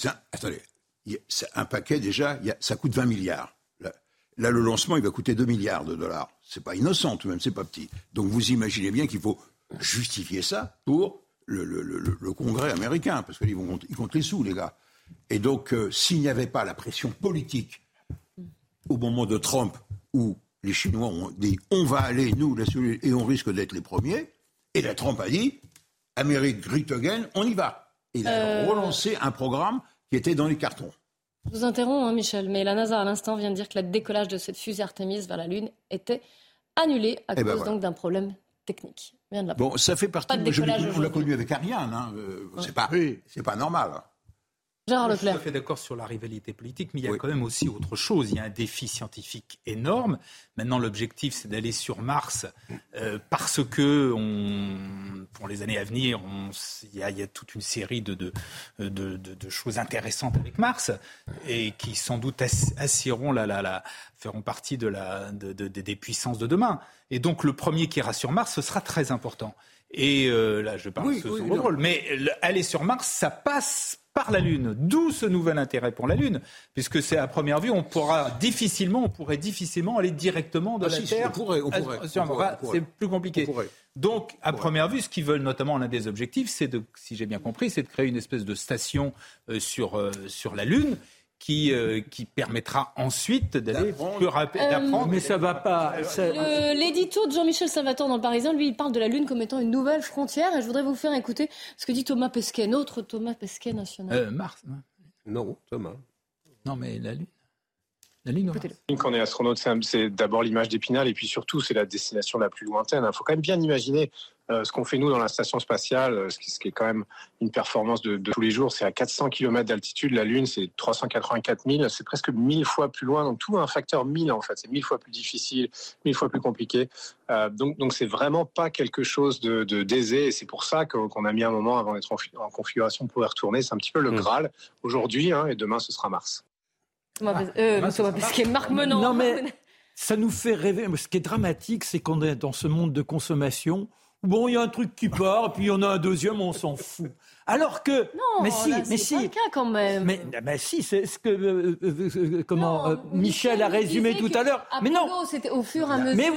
C'est un paquet déjà, ça coûte 20 milliards. Là, le lancement, il va coûter 2 milliards de dollars. C'est pas innocent tout de même, c'est pas petit. Donc vous imaginez bien qu'il faut justifier ça pour le Congrès américain, parce qu'ils comptent les sous, les gars. Et donc, s'il n'y avait pas la pression politique au moment de Trump, où les Chinois ont dit « on va aller, nous, et on risque d'être les premiers », et là, Trump a dit « Amérique, great again, on y va ». Il a relancé un programme qui était dans les cartons. Je vous interromps, Michel, mais la NASA, à l'instant, vient de dire que le décollage de cette fusée Artemis vers la Lune était annulé à cause donc d'un problème technique. Bon, ça fait partie... On l'a connu avec Ariane, c'est pas normal. Gérard Je suis Leclerc. tout à fait d'accord sur la rivalité politique, mais il y a quand même aussi autre chose. Il y a un défi scientifique énorme. Maintenant, l'objectif, c'est d'aller sur Mars parce que, pour les années à venir, il y a toute une série de choses intéressantes avec Mars et qui, sans doute, feront partie des puissances de demain. Et donc, le premier qui ira sur Mars, ce sera très important. Et là, je parle sous son rôle. Mais aller sur Mars, ça passe par la Lune. D'où ce nouvel intérêt pour la Lune, puisque c'est à première vue, on pourrait difficilement aller directement de la Terre. C'est plus compliqué. Donc, à première vue, ce qu'ils veulent, notamment l'un des objectifs, si j'ai bien compris, c'est de créer une espèce de station sur la Lune. Qui permettra ensuite d'aller plus rapidement d'apprendre. Mais ça va pas. L'édito de Jean-Michel Salvatore dans Le Parisien, lui, il parle de la Lune comme étant une nouvelle frontière. Et je voudrais vous faire écouter ce que dit Thomas Pesquet, notre Thomas Pesquet national. Mars. Non, Thomas. Non, mais la Lune. La Lune. Quand on est astronaute, c'est d'abord l'image d'Épinal et puis surtout, c'est la destination la plus lointaine. Il faut quand même bien imaginer ce qu'on fait nous dans la station spatiale, ce qui est quand même une performance de tous les jours. C'est à 400 km d'altitude. La Lune, c'est 384 000. C'est presque 1000 fois plus loin. Donc tout un facteur 1000 en fait. C'est 1000 fois plus difficile, 1000 fois plus compliqué. Donc c'est vraiment pas quelque chose d'aisé. Et c'est pour ça qu'on a mis un moment avant d'être en configuration pour y retourner. C'est un petit peu le Graal aujourd'hui, et demain ce sera Mars. Thomas Pesquet, Marc Menant. Non mais ça nous fait rêver. Ce qui est dramatique, c'est qu'on est dans ce monde de consommation. Bon, il y a un truc qui part, et puis il y en a un deuxième, on s'en fout. Alors que, non, c'est pas le cas quand même. Mais si, c'est ce que Michel a résumé tout à l'heure. Mais non, c'était au fur et à mesure. Mais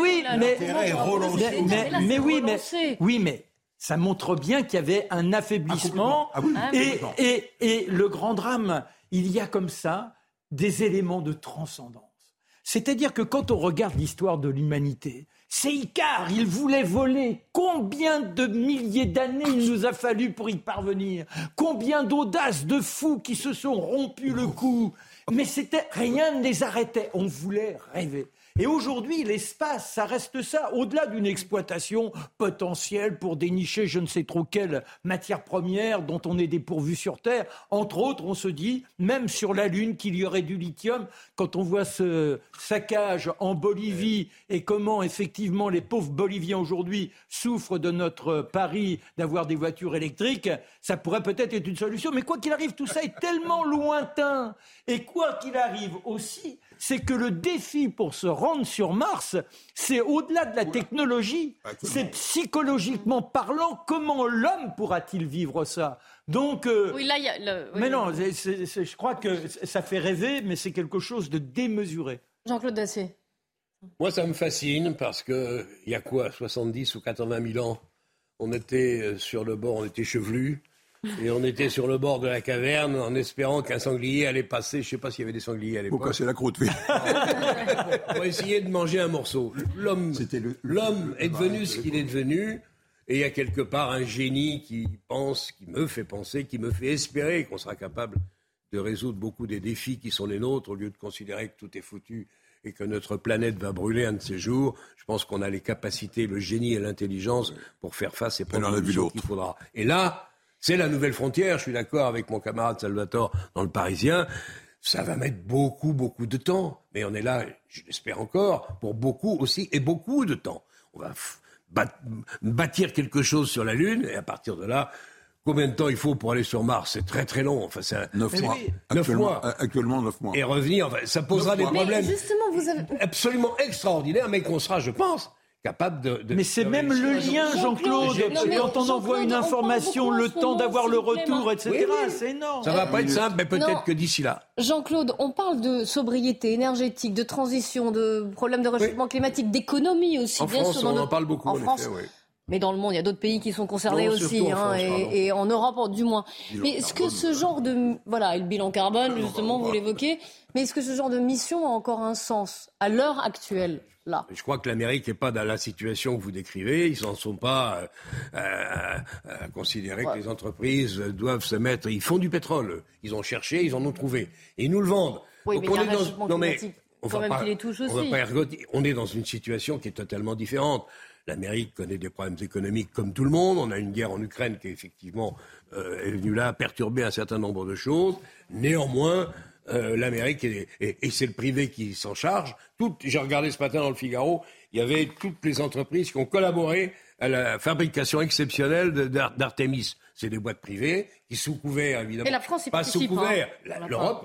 oui, mais ça montre bien qu'il y avait un affaiblissement. Et le grand drame, il y a comme ça des éléments de transcendance. C'est-à-dire que quand on regarde l'histoire de l'humanité, c'est Icare, il voulait voler. Combien de milliers d'années il nous a fallu pour y parvenir? Combien d'audaces de fous qui se sont rompus le cou? Mais rien ne les arrêtait. On voulait rêver. Et aujourd'hui, l'espace, ça reste ça, au-delà d'une exploitation potentielle pour dénicher je ne sais trop quelle matière première dont on est dépourvu sur Terre. Entre autres, on se dit, même sur la Lune, qu'il y aurait du lithium. Quand on voit ce saccage en Bolivie et comment, effectivement, les pauvres Boliviens aujourd'hui souffrent de notre pari d'avoir des voitures électriques, ça pourrait peut-être être une solution. Mais quoi qu'il arrive, tout ça est tellement lointain. Et quoi qu'il arrive aussi, c'est que le défi pour se rendre sur Mars, c'est au-delà de la technologie, c'est psychologiquement parlant, comment l'homme pourra-t-il vivre ça ? Donc, oui, là, mais non, je crois que ça fait rêver, mais c'est quelque chose de démesuré. Jean-Claude Dacier. Moi, ça me fascine parce que il y a quoi, 70 ou 80 000 ans, on était sur le bord, on était chevelus. Et on était sur le bord de la caverne en espérant qu'un sanglier allait passer. Je ne sais pas s'il y avait des sangliers à l'époque. Pour casser la croûte, oui. Pour essayer de manger un morceau. L'homme est devenu ce qu'il est devenu. Et il y a quelque part un génie qui pense, qui me fait penser, qui me fait espérer qu'on sera capable de résoudre beaucoup des défis qui sont les nôtres au lieu de considérer que tout est foutu et que notre planète va brûler un de ces jours. Je pense qu'on a les capacités, le génie et l'intelligence pour faire face et prendre les décisions qu'il faudra. Et là, c'est la nouvelle frontière, je suis d'accord avec mon camarade Salvatore dans Le Parisien, ça va mettre beaucoup de temps, mais on est là, je l'espère encore, pour beaucoup aussi, et beaucoup de temps. On va bâtir quelque chose sur la Lune, et à partir de là, combien de temps il faut pour aller sur Mars ? C'est très très long, enfin, c'est 9 mois. Oui, 9 mois. Actuellement 9 mois. Et revenir, enfin, ça posera des problèmes absolument extraordinaires, mais qu'on sera, je pense, capable de... Mais c'est même le lien, Jean-Claude. Quand on envoie une information, le temps d'avoir le retour, etc., c'est énorme. Ça va pas être simple, mais peut-être que d'ici là. Jean-Claude, on parle de sobriété énergétique, de transition, de problèmes de réchauffement climatique, d'économie aussi. En bien France, sûr, on en parle beaucoup, en France. effet, oui. Mais dans le monde, il y a d'autres pays qui sont concernés aussi, et en Europe du moins. Mais est-ce que ce genre de... Voilà, et le bilan carbone, justement, vous l'évoquez. Mais est-ce que ce genre de mission a encore un sens à l'heure actuelle ? Là. Je crois que l'Amérique n'est pas dans la situation que vous décrivez. Ils n'en sont pas à considérer que les entreprises doivent se mettre... Ils font du pétrole. Ils ont cherché, ils en ont trouvé. Et ils nous le vendent. Oui, donc mais on il y a est un réchauffement climatique. On va pas, qui les touche aussi. On va pas ergoter. On est dans une situation qui est totalement différente. L'Amérique connaît des problèmes économiques comme tout le monde. On a une guerre en Ukraine qui, effectivement, est venue là perturber un certain nombre de choses. Néanmoins... l'Amérique, et c'est le privé qui s'en charge. J'ai regardé ce matin dans le Figaro, il y avait toutes les entreprises qui ont collaboré à la fabrication exceptionnelle d'Artemis. C'est des boîtes privées qui, sous couvert, évidemment, et la France pas sous couvert, l'Europe,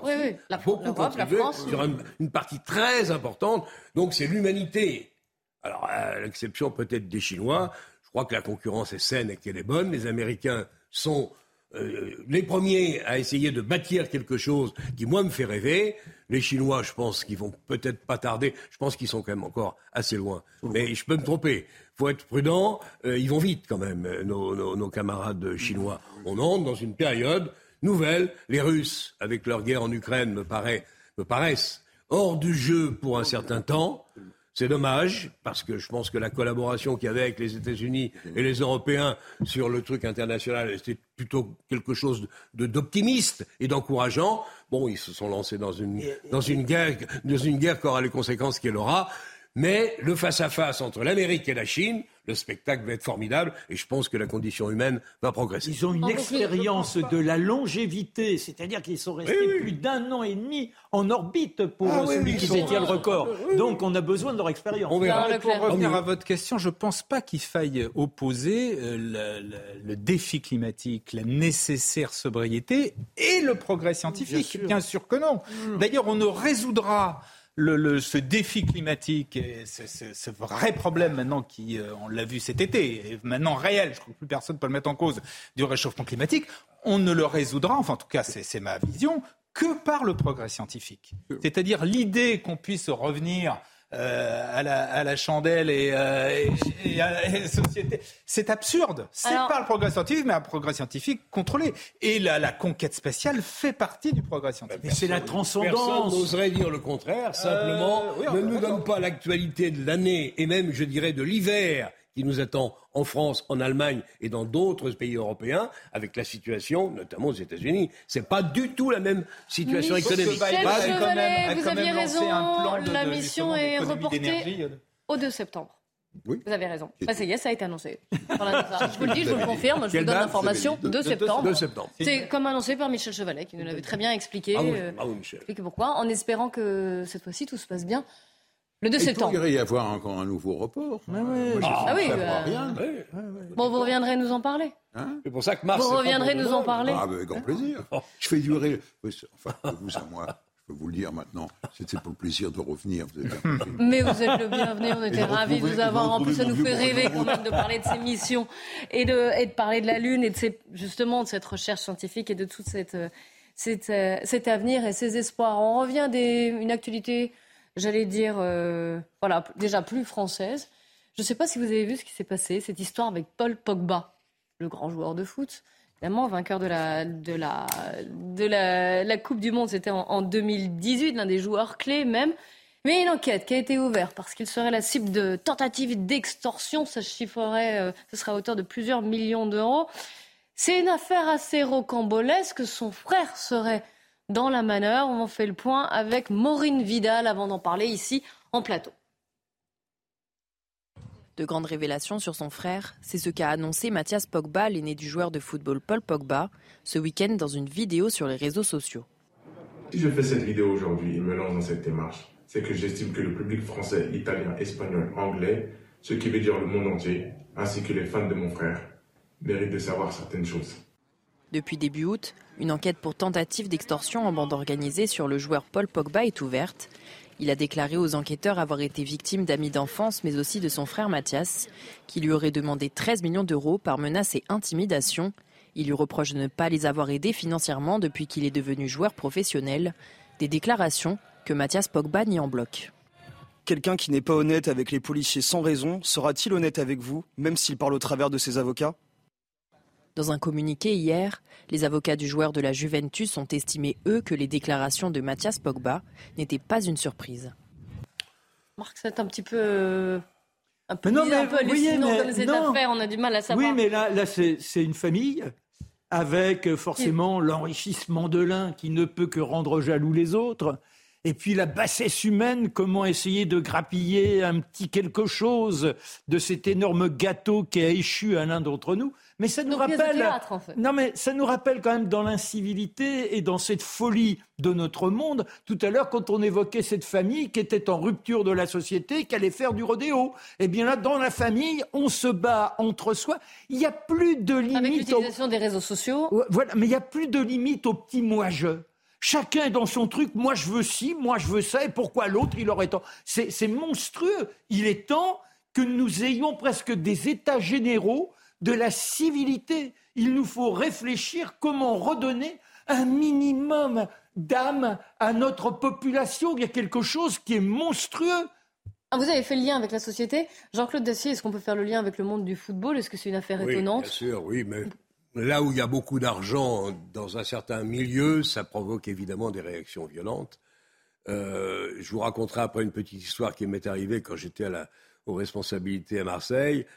la France, sur une partie très importante. Donc c'est l'humanité. Alors, à l'exception peut-être des Chinois, je crois que la concurrence est saine et qu'elle est bonne. Les Américains sont... les premiers à essayer de bâtir quelque chose qui, moi, me fait rêver. Les Chinois, je pense qu'ils vont peut-être pas tarder. Je pense qu'ils sont quand même encore assez loin. Mais je peux me tromper. Il faut être prudent. Ils vont vite quand même, nos camarades chinois. On entre dans une période nouvelle. Les Russes, avec leur guerre en Ukraine, me paraissent hors du jeu pour un certain temps. C'est dommage, parce que je pense que la collaboration qu'il y avait avec les États-Unis et les Européens sur le truc international, c'était plutôt quelque chose d'optimiste et d'encourageant. Bon, ils se sont lancés dans une guerre qui aura les conséquences qu'elle aura. Mais le face-à-face entre l'Amérique et la Chine, le spectacle va être formidable et je pense que la condition humaine va progresser. Ils ont une expérience de la longévité, c'est-à-dire qu'ils sont restés plus d'1 an et demi en orbite pour celui qui détient le record. Donc on a besoin de leur expérience. Pour revenir à votre question, je ne pense pas qu'il faille opposer le défi climatique, la nécessaire sobriété et le progrès scientifique. Bien sûr que non. D'ailleurs, on ne résoudra ce défi climatique, ce vrai problème maintenant qui, on l'a vu cet été, est maintenant réel, je crois que plus personne ne peut le mettre en cause, du réchauffement climatique, on ne le résoudra, enfin en tout cas c'est ma vision, que par le progrès scientifique. C'est-à-dire l'idée qu'on puisse revenir à la chandelle et à la société. C'est absurde. C'est pas le progrès scientifique, mais un progrès scientifique contrôlé. Et la conquête spatiale fait partie du progrès scientifique. C'est la transcendance. Personne n'oserait dire le contraire. Simplement, ne nous donne pas l'actualité de l'année et même, je dirais, de l'hiver qui nous attend en France, en Allemagne et dans d'autres pays européens, avec la situation, notamment aux États-Unis. C'est pas du tout la même situation économique. Michel Chevalet, vous aviez raison, la mission est reportée au 2 septembre. Oui. Vous avez raison. Ça y est, ça a été annoncé. Je vous le dis, je vous le confirme, je vous donne l'information. 2 septembre. 2 septembre. C'est comme annoncé par Michel Chevalet, qui nous l'avait très bien expliqué. Expliqué pourquoi, en espérant que cette fois-ci tout se passe bien. Le 2 septembre. Il pourrait y avoir encore un nouveau report. Rien. Bon, vous reviendrez nous en parler. C'est pour ça que Mars. Vous reviendrez nous en parler. Avec grand plaisir. Je fais durer. Enfin, de vous à moi. Je peux vous le dire maintenant, c'était pour le plaisir de revenir. Vous avez bien compris. Mais vous êtes le bienvenu, on était ravis de vous avoir. En plus, ça nous fait rêver quand même de parler de ces missions et de parler de la Lune et de justement de cette recherche scientifique et de tout cet avenir et ces espoirs. On revient à une actualité, j'allais dire, déjà plus française. Je ne sais pas si vous avez vu ce qui s'est passé, cette histoire avec Paul Pogba, le grand joueur de foot. Évidemment, vainqueur de la Coupe du Monde, c'était en 2018, l'un des joueurs clés même. Mais une enquête qui a été ouverte parce qu'il serait la cible de tentatives d'extorsion. Ça chiffrerait, ce serait à hauteur de plusieurs millions d'euros. C'est une affaire assez rocambolesque. Son frère serait dans la manœuvre. On fait le point avec Maureen Vidal avant d'en parler ici en plateau. De grandes révélations sur son frère, c'est ce qu'a annoncé Mathias Pogba, l'aîné du joueur de football Paul Pogba, ce week-end dans une vidéo sur les réseaux sociaux. Si je fais cette vidéo aujourd'hui et me lance dans cette démarche, c'est que j'estime que le public français, italien, espagnol, anglais, ce qui veut dire le monde entier, ainsi que les fans de mon frère, méritent de savoir certaines choses. Depuis début août, une enquête pour tentative d'extorsion en bande organisée sur le joueur Paul Pogba est ouverte. Il a déclaré aux enquêteurs avoir été victime d'amis d'enfance, mais aussi de son frère Mathias, qui lui aurait demandé 13 millions d'euros par menace et intimidation. Il lui reproche de ne pas les avoir aidés financièrement depuis qu'il est devenu joueur professionnel. Des déclarations que Mathias Pogba nie en bloc. Quelqu'un qui n'est pas honnête avec les policiers sans raison, sera-t-il honnête avec vous, même s'il parle au travers de ses avocats ? Dans un communiqué hier, les avocats du joueur de la Juventus ont estimé, eux, que les déclarations de Mathias Pogba n'étaient pas une surprise. Marc, c'est un petit peu... un peu hallucinant comme cette affaire, on a du mal à savoir. Oui, mais là c'est une famille avec forcément l'enrichissement de l'un qui ne peut que rendre jaloux les autres. Et puis la bassesse humaine, comment essayer de grappiller un petit quelque chose de cet énorme gâteau qui a échu à l'un d'entre nous. Mais ça nous rappelle, théâtre, en fait. Non, mais ça nous rappelle quand même dans l'incivilité et dans cette folie de notre monde. Tout à l'heure, quand on évoquait cette famille qui était en rupture de la société, qui allait faire du rodéo. Eh bien là, dans la famille, on se bat entre soi. Il n'y a plus de limite. Avec l'utilisation des réseaux sociaux. Voilà, mais il n'y a plus de limite au petit moi-je. Chacun est dans son truc, moi je veux ci, moi je veux ça, et pourquoi l'autre il aurait tant. C'est monstrueux. Il est temps que nous ayons presque des états généraux de la civilité. Il nous faut réfléchir comment redonner un minimum d'âme à notre population. Il y a quelque chose qui est monstrueux. Vous avez fait le lien avec la société. Jean-Claude Dacier, est-ce qu'on peut faire le lien avec le monde du football ? Est-ce que c'est une affaire étonnante ? Bien sûr, oui, mais là où il y a beaucoup d'argent dans un certain milieu, ça provoque évidemment des réactions violentes. Je vous raconterai après une petite histoire qui m'est arrivée quand j'étais aux responsabilités à Marseille.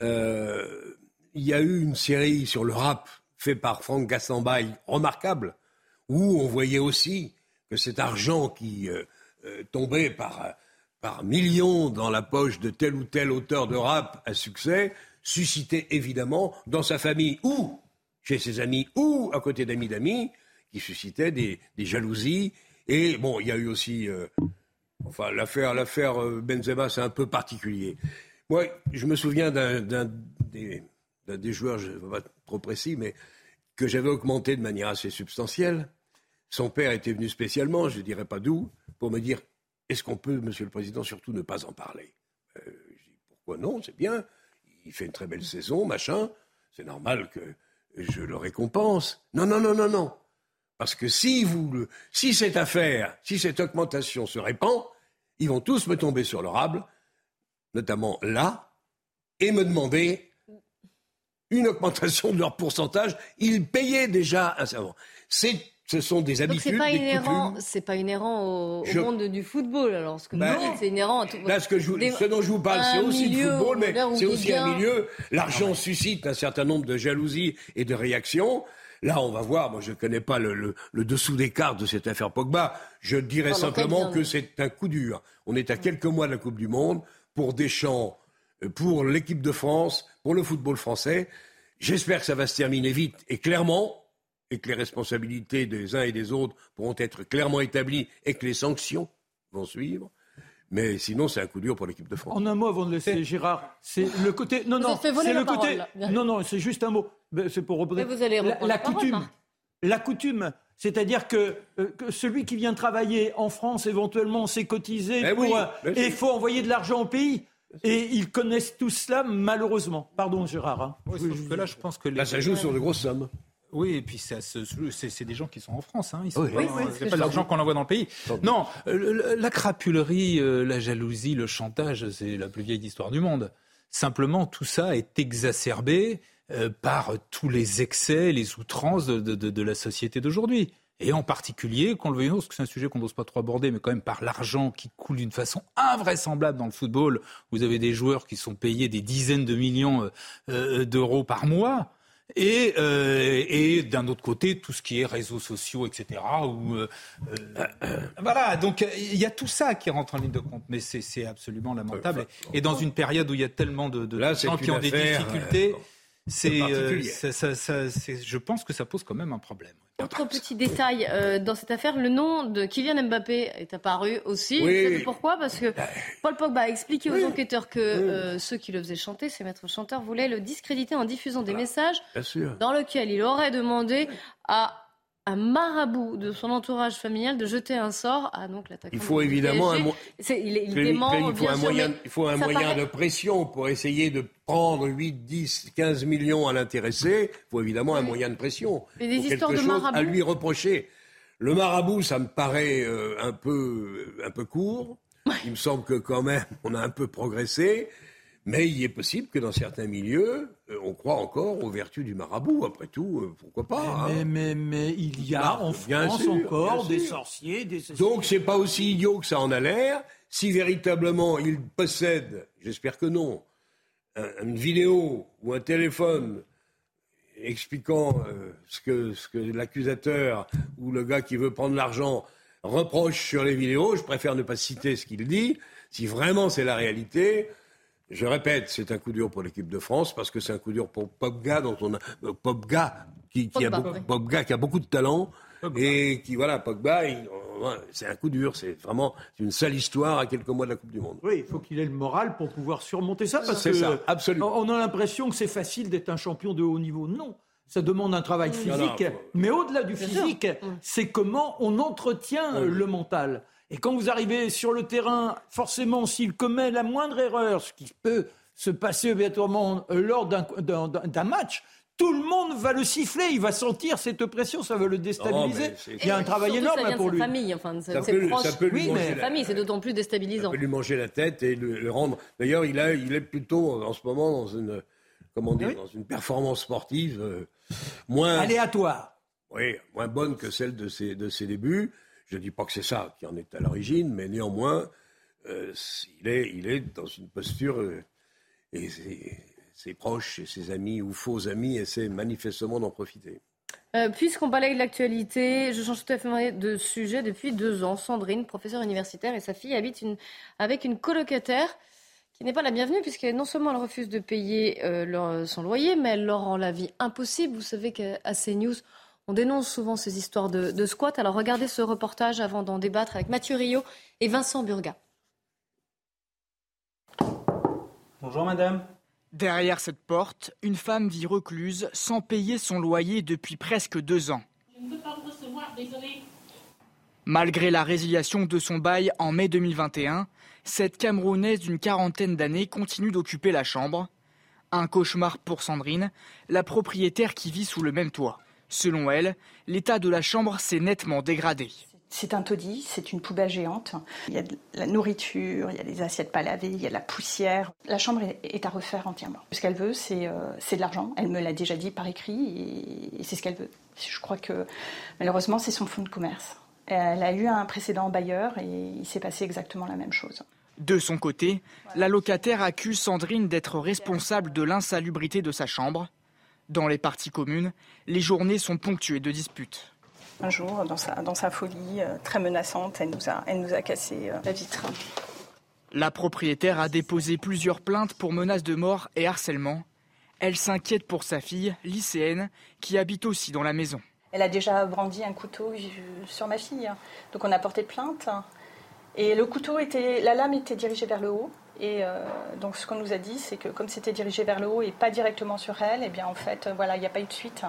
Il y a eu une série sur le rap faite par Franck Gassenbail, remarquable, où on voyait aussi que cet argent qui tombait par millions dans la poche de tel ou tel auteur de rap à succès suscitait évidemment dans sa famille ou chez ses amis ou à côté d'amis qui suscitaient des jalousies. Et bon, il y a eu aussi... l'affaire Benzema, c'est un peu particulier. Moi, je me souviens d'un des joueurs, je ne vais pas être trop précis, mais que j'avais augmenté de manière assez substantielle. Son père était venu spécialement, je ne dirais pas d'où, pour me dire « Est-ce qu'on peut, Monsieur le Président, surtout ne pas en parler ?» Je dis « Pourquoi non, c'est bien, il fait une très belle saison, machin, c'est normal que je le récompense. » Non. Parce que si cette affaire, si cette augmentation se répand, ils vont tous me tomber sur le rable, notamment là, et me demander une augmentation de leur pourcentage. Ils payaient déjà un savant. Ce sont des habitudes, des coutumes. C'est pas inhérent au monde du football. Alors, ce que vous dites, c'est inhérent à tout. Là, ce dont je vous parle, c'est aussi le football, mais c'est aussi un milieu. L'argent suscite un certain nombre de jalousies et de réactions. Là, on va voir. Moi, je ne connais pas le dessous des cartes de cette affaire Pogba. Je dirais simplement que c'est un coup dur. On est à quelques mois de la Coupe du Monde. Pour Deschamps, pour l'équipe de France, pour le football français. J'espère que ça va se terminer vite et clairement, et que les responsabilités des uns et des autres pourront être clairement établies et que les sanctions vont suivre. Mais sinon, c'est un coup dur pour l'équipe de France. En un mot, avant de laisser Gérard, c'est le côté... Non, c'est le côté... Non, c'est juste un mot. C'est pour reposer... Vous allez reprendre la coutume. C'est-à-dire que celui qui vient travailler en France, éventuellement, s'est cotisé et il faut envoyer de l'argent au pays. Et ils connaissent tout cela, malheureusement. Pardon, Gérard. Hein. Oui, sauf que là, je pense que... Là, ça joue sur de grosses sommes. Oui, et puis c'est des gens qui sont en France. Hein. C'est pas l'argent qu'on envoie dans le pays. Non, la crapulerie, la jalousie, le chantage, c'est la plus vieille histoire du monde. Simplement, tout ça est exacerbé par tous les excès, les outrances de la société d'aujourd'hui. Et en particulier, qu'on le veuille ou non, parce que c'est un sujet qu'on n'ose pas trop aborder, mais quand même par l'argent qui coule d'une façon invraisemblable dans le football. Vous avez des joueurs qui sont payés des dizaines de millions d'euros par mois. Et d'un autre côté, tout ce qui est réseaux sociaux, etc. Voilà, donc il y a tout ça qui rentre en ligne de compte. Mais c'est absolument lamentable. Et dans une période où il y a tellement de gens qui ont des difficultés... je pense que ça pose quand même un problème. Autre petit détail dans cette affaire, le nom de Kylian Mbappé est apparu aussi. Oui. Vous savez pourquoi ? Parce que Paul Pogba a expliqué aux enquêteurs que ceux qui le faisaient chanter, ces maîtres chanteurs, voulaient le discréditer en diffusant des messages dans lesquels il aurait demandé à un marabout de son entourage familial de jeter un sort à donc l'attaquant. Il faut évidemment un moyen paraît... de pression pour essayer de prendre 8, 10, 15 millions à l'intéresser. Il faut évidemment un moyen de pression. Mais des histoires de marabout à lui reprocher. Le marabout, ça me paraît un peu court. Il me semble que quand même on a un peu progressé. Mais il est possible que dans certains milieux, on croit encore aux vertus du marabout. Après tout, pourquoi pas mais il y a en France encore des sorciers, des... Donc c'est pas aussi idiot que ça en a l'air. Si véritablement il possède, j'espère que non, une vidéo ou un téléphone expliquant ce que l'accusateur ou le gars qui veut prendre l'argent reproche sur les vidéos, je préfère ne pas citer ce qu'il dit. Si vraiment c'est la réalité... Je répète, c'est un coup dur pour l'équipe de France parce que c'est un coup dur pour Pogba qui a beaucoup de talent et qui Pogba, c'est un coup dur, c'est vraiment une sale histoire à quelques mois de la Coupe du Monde. Oui, il faut qu'il ait le moral pour pouvoir surmonter ça parce c'est que ça, absolument. On a l'impression que c'est facile d'être un champion de haut niveau. Non, ça demande un travail physique, mais au-delà du physique, c'est comment on entretient le mental. Et quand vous arrivez sur le terrain, forcément, s'il commet la moindre erreur, ce qui peut se passer obligatoirement lors d'un match, tout le monde va le siffler, il va sentir cette pression, ça va le déstabiliser. Il y a un travail énorme pour lui. Ça vient de sa famille, ça peut lui manger sa famille, c'est d'autant plus déstabilisant. Ça peut lui manger la tête et le rendre... D'ailleurs, il est plutôt, en ce moment, dans une performance sportive moins... aléatoire. Oui, moins bonne que celle de ses débuts. Je ne dis pas que c'est ça qui en est à l'origine, mais néanmoins, il est dans une posture et ses proches et ses amis ou faux amis essaient manifestement d'en profiter. Puisqu'on balaye de l'actualité, je change tout à fait de sujet. Depuis 2 ans, Sandrine, professeure universitaire, et sa fille habitent avec une colocataire qui n'est pas la bienvenue puisque non seulement elle refuse de payer son loyer, mais elle leur rend la vie impossible. Vous savez qu'à CNews, on dénonce souvent ces histoires de squat. Alors regardez ce reportage avant d'en débattre avec Mathieu Rio et Vincent Burga. Bonjour madame. Derrière cette porte, une femme vit recluse sans payer son loyer depuis presque 2 ans. Je ne peux pas vous recevoir, désolé. Malgré la résiliation de son bail en mai 2021, cette Camerounaise d'une 40aine d'années continue d'occuper la chambre. Un cauchemar pour Sandrine, la propriétaire qui vit sous le même toit. Selon elle, l'état de la chambre s'est nettement dégradé. C'est un taudis, c'est une poubelle géante. Il y a de la nourriture, il y a des assiettes pas lavées, il y a de la poussière. La chambre est à refaire entièrement. Ce qu'elle veut, c'est de l'argent. Elle me l'a déjà dit par écrit et c'est ce qu'elle veut. Je crois que malheureusement, c'est son fonds de commerce. Elle a eu un précédent bailleur et il s'est passé exactement la même chose. De son côté, la locataire accuse Sandrine d'être responsable de l'insalubrité de sa chambre. Dans les parties communes, les journées sont ponctuées de disputes. Un jour, dans sa folie très menaçante, elle nous a cassé la vitre. La propriétaire a déposé plusieurs plaintes pour menaces de mort et harcèlement. Elle s'inquiète pour sa fille, lycéenne, qui habite aussi dans la maison. Elle a déjà brandi un couteau sur ma fille, donc on a porté plainte. Et le couteau la lame était dirigée vers le haut. Et donc ce qu'on nous a dit, c'est que comme c'était dirigé vers le haut et pas directement sur elle, eh bien en fait, voilà, il n'y a pas eu de suite.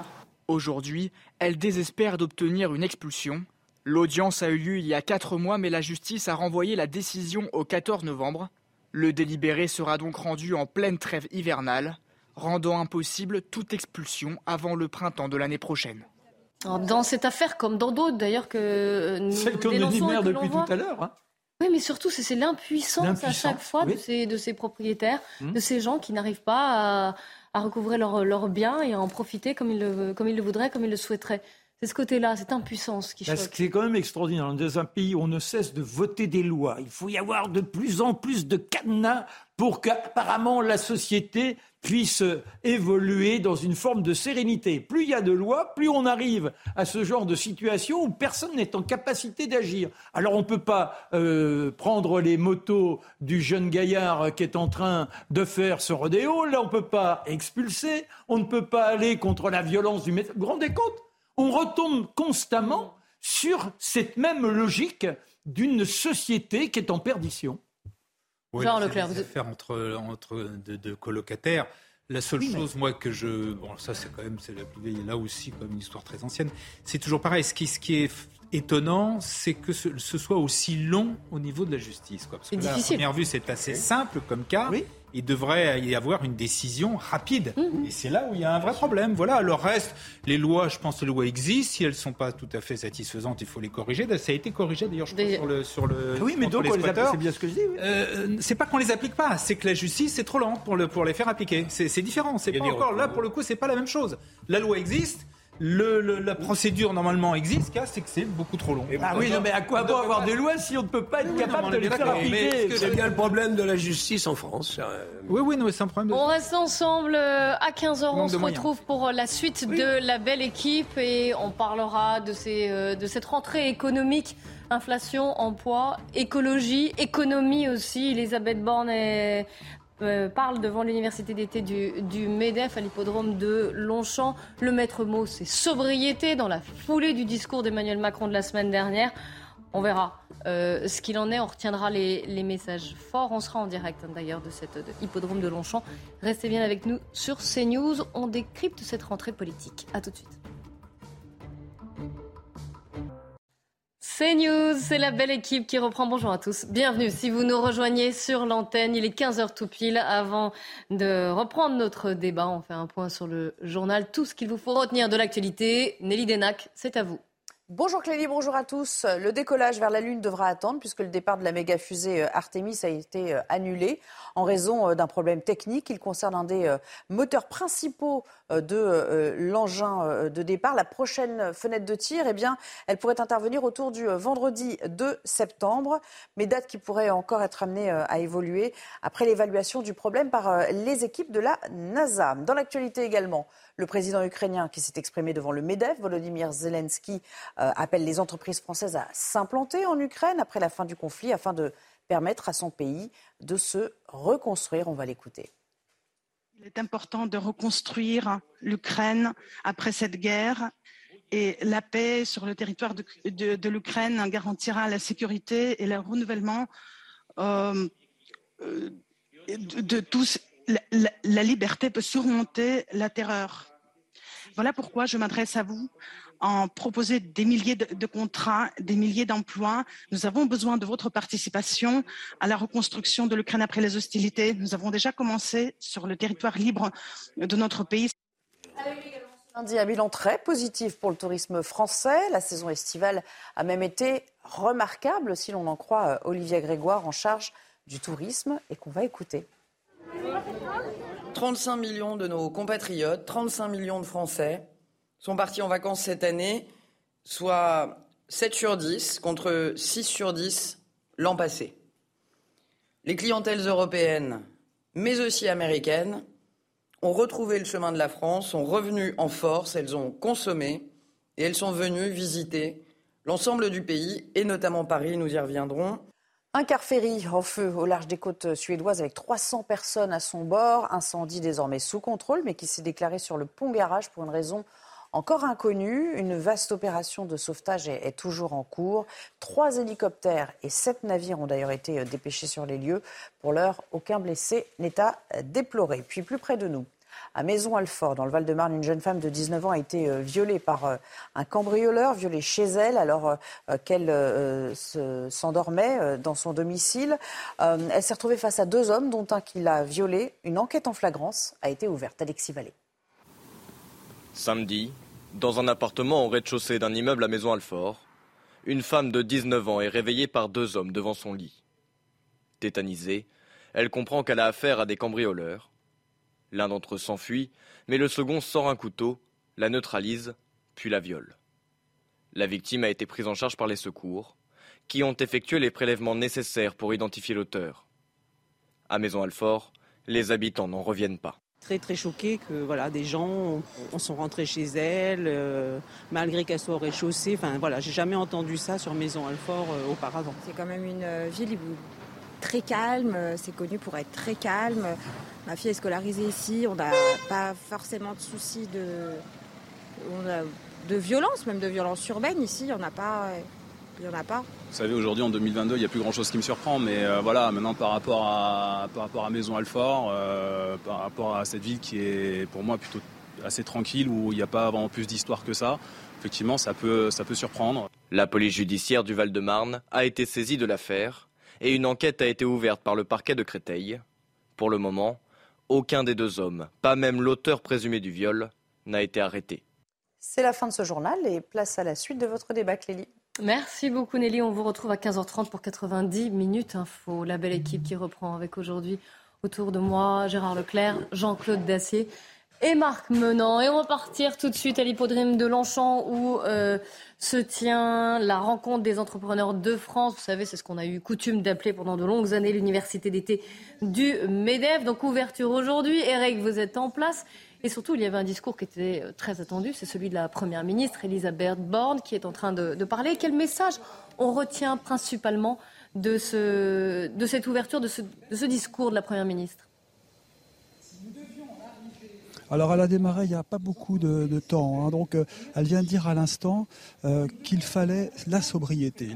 Aujourd'hui, elle désespère d'obtenir une expulsion. L'audience a eu lieu il y a 4 mois, mais la justice a renvoyé la décision au 14 novembre. Le délibéré sera donc rendu en pleine trêve hivernale, rendant impossible toute expulsion avant le printemps de l'année prochaine. Alors, dans cette affaire, comme dans d'autres d'ailleurs que nous celle qu'on dénonçons énumère et que depuis l'on voit, tout à l'heure. Hein. Oui, mais surtout, c'est l'impuissance à chaque fois de ces propriétaires, de ces gens qui n'arrivent pas à recouvrer leurs biens et à en profiter comme ils le voudraient, comme ils le souhaiteraient. C'est ce côté-là, cette impuissance qui choque. Parce que c'est quand même extraordinaire. Dans un pays où on ne cesse de voter des lois, il faut y avoir de plus en plus de cadenas pour qu'apparemment la société puisse évoluer dans une forme de sérénité. Plus il y a de lois, plus on arrive à ce genre de situation où personne n'est en capacité d'agir. Alors on ne peut pas prendre les motos du jeune gaillard qui est en train de faire ce rodéo. Là, on ne peut pas expulser. On ne peut pas aller contre la violence du médecin. Vous vous rendez compte ? On retombe constamment sur cette même logique d'une société qui est en perdition. Oui, Jean c'est Leclerc, des affaires entre deux colocataires. La seule chose, moi, que je... Bon, ça, c'est quand même... C'est là aussi comme une histoire très ancienne. C'est toujours pareil. Ce qui est étonnant, c'est que ce soit aussi long au niveau de la justice. Quoi. Parce que là, à première vue, c'est assez simple comme cas. Oui. Il devrait y avoir une décision rapide. Et c'est là où il y a un vrai problème. Voilà. Le reste, les lois, je pense que les lois existent. Si elles ne sont pas tout à fait satisfaisantes, il faut les corriger. Ça a été corrigé, d'ailleurs, je crois, sur le oui, mais donc, on les applique, c'est bien ce que je dis. Oui. C'est pas qu'on les applique pas, c'est que la justice, est trop lente pour les faire appliquer. C'est différent. C'est pas encore là, pour le coup, c'est pas la même chose. La loi existe. La procédure normalement existe, c'est que c'est beaucoup trop long. Ah oui, non, mais à quoi bon avoir des lois si on ne peut pas être capable de les faire appliquer ? C'est bien le problème de la justice en France. Oui, non, mais c'est un problème. On reste ensemble à 15h. On se retrouve pour la suite de la belle équipe et on parlera de cette rentrée économique. Inflation, emploi, écologie, économie aussi. Elisabeth Borne parle devant l'université d'été du MEDEF à l'hippodrome de Longchamp. Le maître mot, c'est sobriété dans la foulée du discours d'Emmanuel Macron de la semaine dernière. On verra ce qu'il en est. On retiendra les messages forts. On sera en direct d'ailleurs de cet hippodrome de Longchamp. Restez bien avec nous sur CNews. On décrypte cette rentrée politique. À tout de suite. CNews, c'est la belle équipe qui reprend. Bonjour à tous, bienvenue. Si vous nous rejoignez sur l'antenne, il est 15h tout pile. Avant de reprendre notre débat, on fait un point sur le journal. Tout ce qu'il vous faut retenir de l'actualité. Nelly Denac, c'est à vous. Bonjour Clélie, bonjour à tous. Le décollage vers la Lune devra attendre puisque le départ de la méga-fusée Artemis a été annulé en raison d'un problème technique. Il concerne un des moteurs principaux de l'engin de départ. La prochaine fenêtre de tir, elle pourrait intervenir autour du vendredi 2 septembre, mais date qui pourrait encore être amenée à évoluer après l'évaluation du problème par les équipes de la NASA. Dans l'actualité également, le président ukrainien qui s'est exprimé devant le MEDEF, Volodymyr Zelensky, appelle les entreprises françaises à s'implanter en Ukraine après la fin du conflit afin de permettre à son pays de se reconstruire. On va l'écouter. Il est important de reconstruire l'Ukraine après cette guerre et la paix sur le territoire de l'Ukraine garantira la sécurité et le renouvellement de tous. La liberté peut surmonter la terreur. Voilà pourquoi je m'adresse à vous en proposant des milliers de contrats, des milliers d'emplois. Nous avons besoin de votre participation à la reconstruction de l'Ukraine après les hostilités. Nous avons déjà commencé sur le territoire libre de notre pays. Lundi, un bilan très positif pour le tourisme français. La saison estivale a même été remarquable, si l'on en croit Olivia Grégoire, en charge du tourisme, et qu'on va écouter. 35 millions de nos compatriotes, 35 millions de Français sont partis en vacances cette année, soit 7 sur 10 contre 6 sur 10 l'an passé. Les clientèles européennes, mais aussi américaines, ont retrouvé le chemin de la France, sont revenues en force, elles ont consommé et elles sont venues visiter l'ensemble du pays et notamment Paris, nous y reviendrons. Un car ferry en feu au large des côtes suédoises avec 300 personnes à son bord. Incendie désormais sous contrôle, mais qui s'est déclaré sur le pont-garage pour une raison encore inconnue. Une vaste opération de sauvetage est toujours en cours. 3 hélicoptères et 7 navires ont d'ailleurs été dépêchés sur les lieux. Pour l'heure, aucun blessé n'est à déplorer. Puis plus près de nous, à Maisons-Alfort, dans le Val-de-Marne. Une jeune femme de 19 ans a été violée par un cambrioleur, violée chez elle alors qu'elle s'endormait dans son domicile. Elle s'est retrouvée face à 2 hommes, dont un qui l'a violée. Une enquête en flagrance a été ouverte. Alexis Vallée. Samedi, dans un appartement au rez-de-chaussée d'un immeuble à Maisons-Alfort, une femme de 19 ans est réveillée par 2 hommes devant son lit. Tétanisée, elle comprend qu'elle a affaire à des cambrioleurs. L'un d'entre eux s'enfuit, mais le second sort un couteau, la neutralise, puis la viole. La victime a été prise en charge par les secours, qui ont effectué les prélèvements nécessaires pour identifier l'auteur. À Maisons-Alfort, les habitants n'en reviennent pas. Très très choquée que des gens sont rentrés chez elle, malgré qu'elle soit au rez-de-chaussée. J'ai jamais entendu ça sur Maisons-Alfort auparavant. C'est quand même une ville très calme, c'est connu pour être très calme. Ma fille est scolarisée ici, on n'a pas forcément de soucis de violence, même de violence urbaine ici, il n'y en a pas. Vous savez, aujourd'hui, en 2022, il n'y a plus grand-chose qui me surprend, mais maintenant, par rapport à Maisons-Alfort, par rapport à cette ville qui est, pour moi, plutôt assez tranquille, où il n'y a pas vraiment plus d'histoire que ça, effectivement, ça peut surprendre. La police judiciaire du Val-de-Marne a été saisie de l'affaire et une enquête a été ouverte par le parquet de Créteil. Pour le moment, aucun des 2 hommes, pas même l'auteur présumé du viol, n'a été arrêté. C'est la fin de ce journal et place à la suite de votre débat, Clélie. Merci beaucoup Nelly, on vous retrouve à 15h30 pour 90 minutes info. La belle équipe qui reprend avec aujourd'hui autour de moi Gérard Leclerc, Jean-Claude Dacier et Marc Menant. Et on va partir tout de suite à l'hippodrome de Longchamp où se tient la rencontre des entrepreneurs de France. Vous savez, c'est ce qu'on a eu coutume d'appeler pendant de longues années l'université d'été du MEDEF. Donc ouverture aujourd'hui. Eric, vous êtes en place. Et surtout, il y avait un discours qui était très attendu, c'est celui de la Première ministre, Elisabeth Borne, qui est en train de parler. Quel message on retient principalement de cette ouverture, de ce discours de la Première ministre ? Alors elle a démarré il n'y a pas beaucoup de temps, donc elle vient de dire à l'instant qu'il fallait la sobriété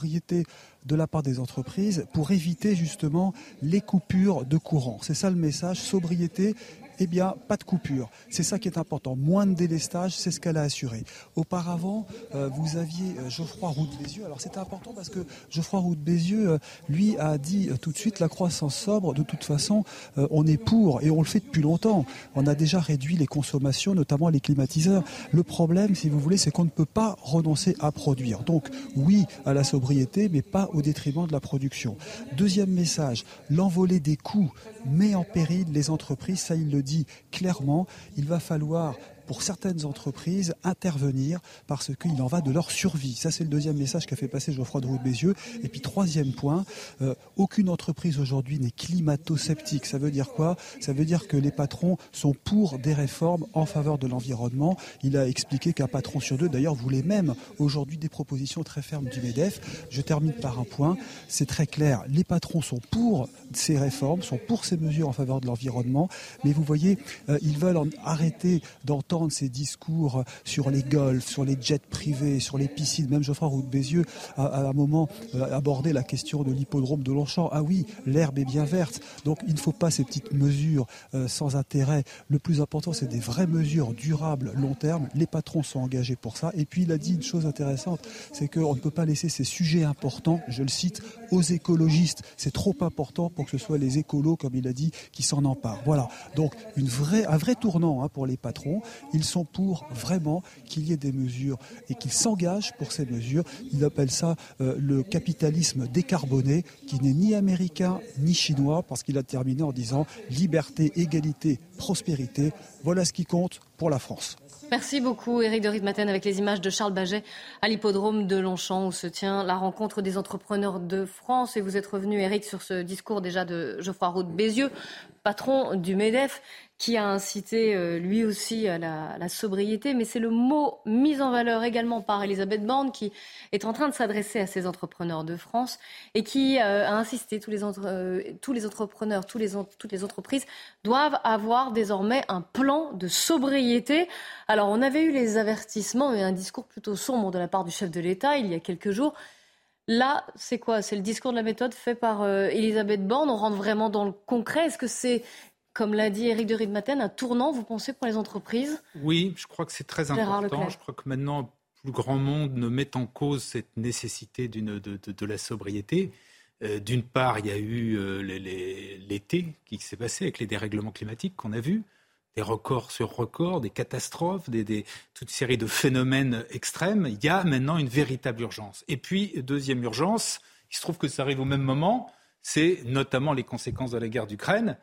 de la part des entreprises pour éviter justement les coupures de courant. C'est ça le message, sobriété. Eh bien, pas de coupure. C'est ça qui est important. Moins de délestage, c'est ce qu'elle a assuré. Auparavant, vous aviez Geoffroy Roux de Bézieux. Alors, c'est important parce que Geoffroy Roux de Bézieux, lui, a dit tout de suite la croissance sobre. De toute façon, on est pour et on le fait depuis longtemps. On a déjà réduit les consommations, notamment les climatiseurs. Le problème, si vous voulez, c'est qu'on ne peut pas renoncer à produire. Donc, oui à la sobriété, mais pas au détriment de la production. Deuxième message, l'envolée des coûts met en péril les entreprises. Ça, il le dit clairement, il va falloir pour certaines entreprises intervenir parce qu'il en va de leur survie. Ça, c'est le deuxième message qu'a fait passer Geoffroy Roux de Bézieux. Et puis, troisième point, aucune entreprise aujourd'hui n'est climato-sceptique. Ça veut dire quoi ? Ça veut dire que les patrons sont pour des réformes en faveur de l'environnement. Il a expliqué qu'un patron sur 2, d'ailleurs, voulait même aujourd'hui des propositions très fermes du MEDEF. Je termine par un point. C'est très clair. Les patrons sont pour ces réformes, sont pour ces mesures en faveur de l'environnement. Mais vous voyez, ils veulent arrêter d'entendre ces discours sur les golfs, sur les jets privés, sur les piscines. Même Geoffroy Roux de Bézieux a à un moment abordé la question de l'hippodrome de Longchamp. Ah oui, l'herbe est bien verte. Donc il ne faut pas ces petites mesures sans intérêt. Le plus important, c'est des vraies mesures durables, long terme. Les patrons sont engagés pour ça. Et puis il a dit une chose intéressante, c'est qu'on ne peut pas laisser ces sujets importants, je le cite, aux écologistes. C'est trop important pour que ce soit les écolos, comme il a dit, qui s'en emparent. Voilà. Donc un vrai tournant pour les patrons. Ils sont pour vraiment qu'il y ait des mesures et qu'ils s'engagent pour ces mesures. Ils appellent ça le capitalisme décarboné qui n'est ni américain ni chinois parce qu'il a terminé en disant liberté, égalité, prospérité. Voilà ce qui compte pour la France. Merci beaucoup Éric de Ritmaten avec les images de Charles Baget à l'hippodrome de Longchamp où se tient la rencontre des entrepreneurs de France. Et vous êtes revenu Éric sur ce discours déjà de Geoffroy Roux de Bézieux, patron du MEDEF, qui a incité lui aussi à la sobriété. Mais c'est le mot mis en valeur également par Elisabeth Borne qui est en train de s'adresser à ces entrepreneurs de France et qui a insisté, tous les entrepreneurs, toutes les entreprises doivent avoir désormais un plan de sobriété. Alors on avait eu les avertissements et un discours plutôt sombre de la part du chef de l'État il y a quelques jours. Là, c'est quoi ? C'est le discours de la méthode fait par Elisabeth Borne. On rentre vraiment dans le concret. Est-ce que c'est comme l'a dit Éric de Ritmaten, un tournant, vous pensez, pour les entreprises ? Oui, je crois que c'est très important. Je crois que maintenant, plus grand monde ne met en cause cette nécessité de la sobriété. D'une part, il y a eu l'été qui s'est passé avec les dérèglements climatiques qu'on a vus, des records sur records, des catastrophes, toute une série de phénomènes extrêmes. Il y a maintenant une véritable urgence. Et puis, deuxième urgence, il se trouve que ça arrive au même moment, c'est notamment les conséquences de la guerre d'Ukraine,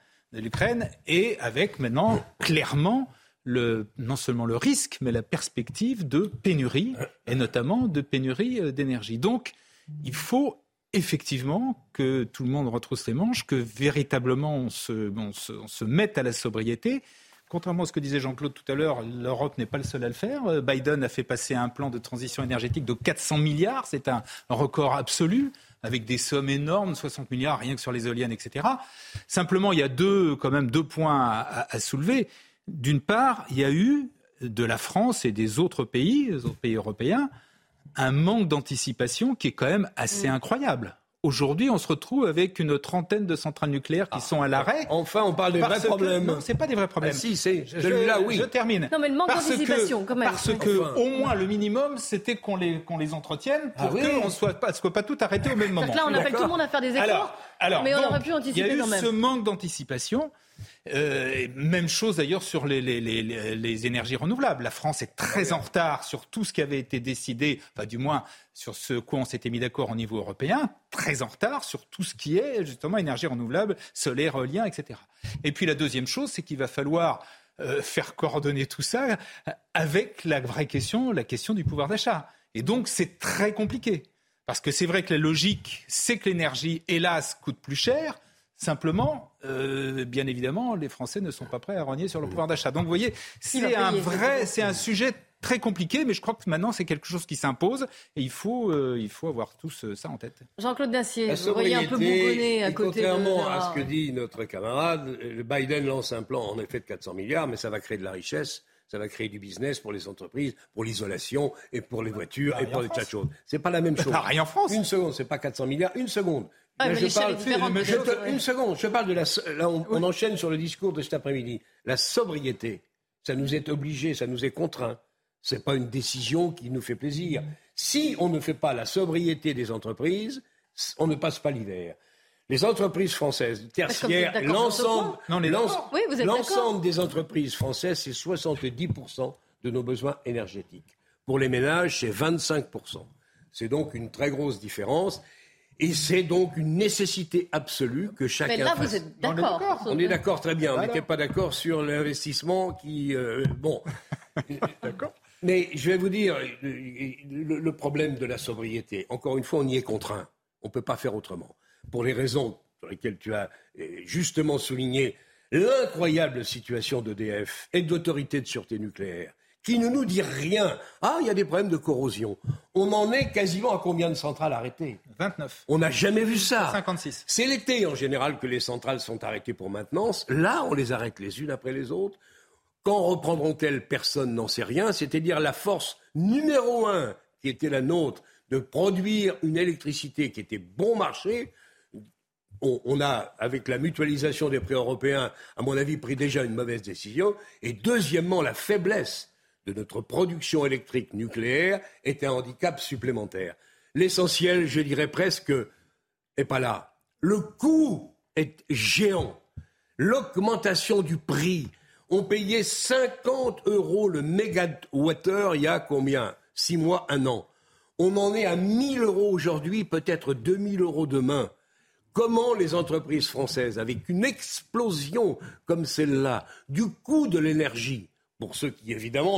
et avec maintenant clairement non seulement le risque, mais la perspective de pénurie, et notamment de pénurie d'énergie. Donc, il faut effectivement que tout le monde retrousse les manches, que véritablement on se mette à la sobriété. Contrairement à ce que disait Jean-Claude tout à l'heure, l'Europe n'est pas le seul à le faire. Biden a fait passer un plan de transition énergétique de 400 milliards, c'est un record absolu, avec des sommes énormes, 60 milliards rien que sur les éoliennes, etc. Simplement, il y a deux points à soulever. D'une part, il y a eu, de la France et des autres pays européens, un manque d'anticipation qui est quand même assez incroyable. Aujourd'hui, on se retrouve avec une trentaine de centrales nucléaires qui sont à l'arrêt. Enfin, on parle des vrais problèmes. Non, c'est pas des vrais problèmes. Si, c'est celui-là, oui. Je termine. Non, mais le manque d'anticipation, quand même. Parce que, au moins, le minimum, c'était qu'on les entretienne pour qu'on ne soit pas tout arrêté au même moment. Là, on appelle tout le monde à faire des efforts, mais on aurait pu anticiper quand même. Il y a eu ce manque d'anticipation. Même chose d'ailleurs sur les énergies renouvelables. La France est très en retard sur tout ce qui avait été décidé, enfin du moins sur ce quoi on s'était mis d'accord au niveau européen, très en retard sur tout ce qui est justement énergie renouvelable, solaire, éolien, etc. Et puis la deuxième chose, c'est qu'il va falloir faire coordonner tout ça avec la vraie question, la question du pouvoir d'achat. Et donc c'est très compliqué. Parce que c'est vrai que la logique, c'est que l'énergie, hélas, coûte plus cher. Simplement, bien évidemment, les Français ne sont pas prêts à rogner sur le pouvoir d'achat. Donc, vous voyez, c'est un sujet très compliqué, mais je crois que maintenant, c'est quelque chose qui s'impose et il faut avoir tous ça en tête. Jean-Claude Dacier, vous voyez un peu bougonner à côté. Contrairement à ce que dit notre camarade, Biden lance un plan en effet de 400 milliards, mais ça va créer de la richesse. Ça va créer du business pour les entreprises, pour l'isolation et pour les voitures et pour les tas de choses. C'est pas la même chose. Pareil en France. Une seconde, c'est pas 400 milliards. Une seconde. Une seconde. Je parle de là, on enchaîne sur le discours de cet après-midi. La sobriété, ça nous est obligé, ça nous est contraint. C'est pas une décision qui nous fait plaisir. Si on ne fait pas la sobriété des entreprises, on ne passe pas l'hiver. Les entreprises françaises tertiaires, l'ensemble des entreprises françaises, c'est 70% de nos besoins énergétiques. Pour les ménages, c'est 25%. C'est donc une très grosse différence. Et c'est donc une nécessité absolue que chacun fasse. Mais là, vous êtes d'accord. On est d'accord, très bien. On n'était pas d'accord sur l'investissement qui... D'accord. Mais je vais vous dire, le problème de la sobriété, encore une fois, on y est contraint. On ne peut pas faire autrement. Pour les raisons sur lesquelles tu as justement souligné l'incroyable situation d'EDF et de l'autorité de sûreté nucléaire, qui ne nous dit rien. Ah, il y a des problèmes de corrosion. On en est quasiment à combien de centrales arrêtées ? 29. On n'a jamais vu ça. 56. C'est l'été, en général, que les centrales sont arrêtées pour maintenance. Là, on les arrête les unes après les autres. Quand reprendront-elles ? Personne n'en sait rien. C'est-à-dire la force numéro 1 qui était la nôtre de produire une électricité qui était bon marché. On a, avec la mutualisation des prix européens, à mon avis, pris déjà une mauvaise décision. Et deuxièmement, la faiblesse de notre production électrique nucléaire est un handicap supplémentaire. L'essentiel, je dirais presque, n'est pas là. Le coût est géant. L'augmentation du prix. On payait 50 € le mégawattheure il y a combien ? 6 mois, 1 an. On en est à 1 000 € aujourd'hui, peut-être 2 000 € demain. Comment les entreprises françaises, avec une explosion comme celle-là, du coût de l'énergie, pour ceux qui évidemment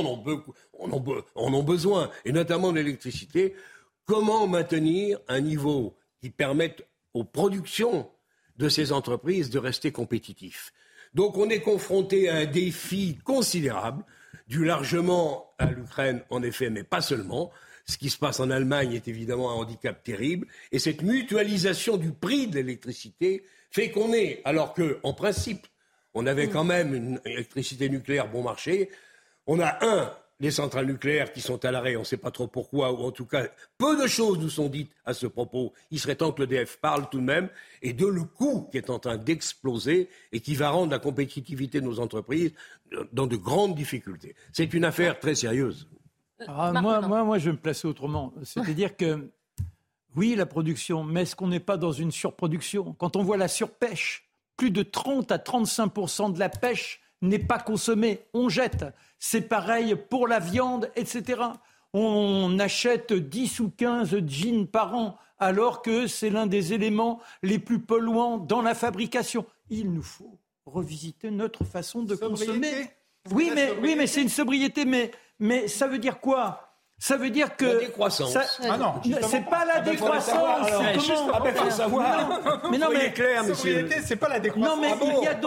en ont besoin, et notamment de l'électricité, comment maintenir un niveau qui permette aux productions de ces entreprises de rester compétitifs ? Donc on est confronté à un défi considérable, dû largement à l'Ukraine en effet, mais pas seulement. Ce qui se passe en Allemagne est évidemment un handicap terrible. Et cette mutualisation du prix de l'électricité fait qu'on est, alors qu'en principe, on avait quand même une électricité nucléaire bon marché, on a les centrales nucléaires qui sont à l'arrêt, on ne sait pas trop pourquoi, ou en tout cas, peu de choses nous sont dites à ce propos. Il serait temps que l'EDF parle tout de même, et de le coût qui est en train d'exploser et qui va rendre la compétitivité de nos entreprises dans de grandes difficultés. C'est une affaire très sérieuse. Moi, je vais me placer autrement. C'est-à-dire que, oui, la production, mais est-ce qu'on n'est pas dans une surproduction ? Quand on voit la surpêche, plus de 30 à 35% de la pêche n'est pas consommée, on jette. C'est pareil pour la viande, etc. On achète 10 ou 15 jeans par an, alors que c'est l'un des éléments les plus polluants dans la fabrication. Il nous faut revisiter notre façon de consommer. Oui, mais c'est une sobriété, mais ça veut dire quoi ? Ça veut dire que... La décroissance. C'est pas la décroissance. Faut savoir. Mais non, mais clair, monsieur. C'est pas la décroissance. Non, mais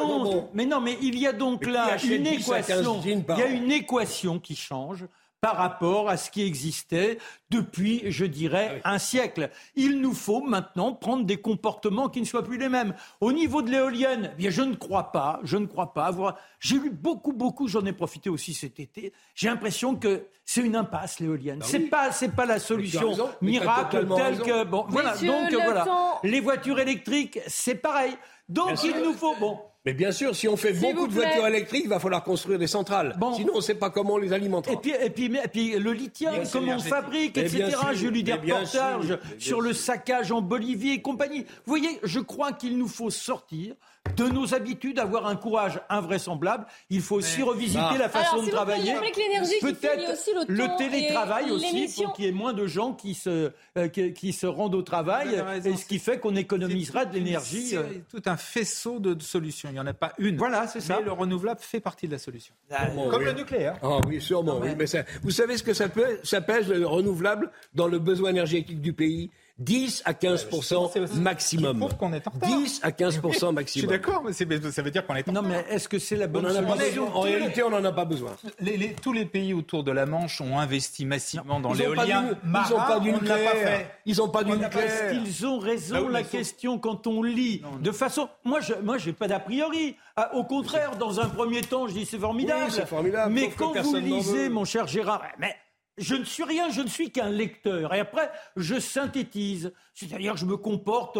il y a donc là une équation. Il y a une équation qui change par rapport à ce qui existait depuis, je dirais, un siècle. Il nous faut maintenant prendre des comportements qui ne soient plus les mêmes. Au niveau de l'éolienne, bien, je ne crois pas avoir... J'ai lu beaucoup, j'en ai profité aussi cet été. J'ai l'impression que c'est une impasse, l'éolienne. C'est pas la solution miracle telle que... Bon, voilà, Les voitures électriques, c'est pareil. Donc il nous faut... Mais bien sûr, si on fait beaucoup de voitures électriques, il va falloir construire des centrales. Sinon, on ne sait pas comment on les alimentera. Et puis le lithium, comment on fabrique, etc. J'ai lu des reportages sur le saccage en Bolivie et compagnie. Vous voyez, je crois qu'il nous faut sortir de nos habitudes, avoir un courage invraisemblable. Il faut aussi revisiter la façon de travailler. Peut-être le télétravail aussi, pour qu'il y ait moins de gens qui se rendent au travail, et ce qui fait qu'on économisera de l'énergie. C'est tout un faisceau de solutions. Il n'y en a pas une. Voilà, c'est ça. Mais le renouvelable fait partie de la solution. Comme le nucléaire. Ah oui, sûrement. Oui. Mais vous savez ce que ça pèse, le renouvelable, dans le besoin énergétique du pays ? 10 à 15% maximum. Je trouve qu'on est en retard. 10 à 15% maximum. Je suis d'accord, mais ça veut dire qu'on est en retard. Non, mais est-ce que c'est la bonne solution ? En réalité, on n'en a pas besoin. Tous les pays autour de la Manche ont investi massivement dans l'éolien. Ils n'ont pas du nucléaire. Ils n'ont pas du nucléaire. Parce qu'ils ont raison, la question, quand on lit de façon... Moi, j'ai pas d'a priori. Au contraire, dans un premier temps, je dis c'est formidable. Oui, c'est formidable. Mais quand vous lisez, mon cher Gérard... Je ne suis rien, je ne suis qu'un lecteur. Et après, je synthétise. C'est-à-dire que je me comporte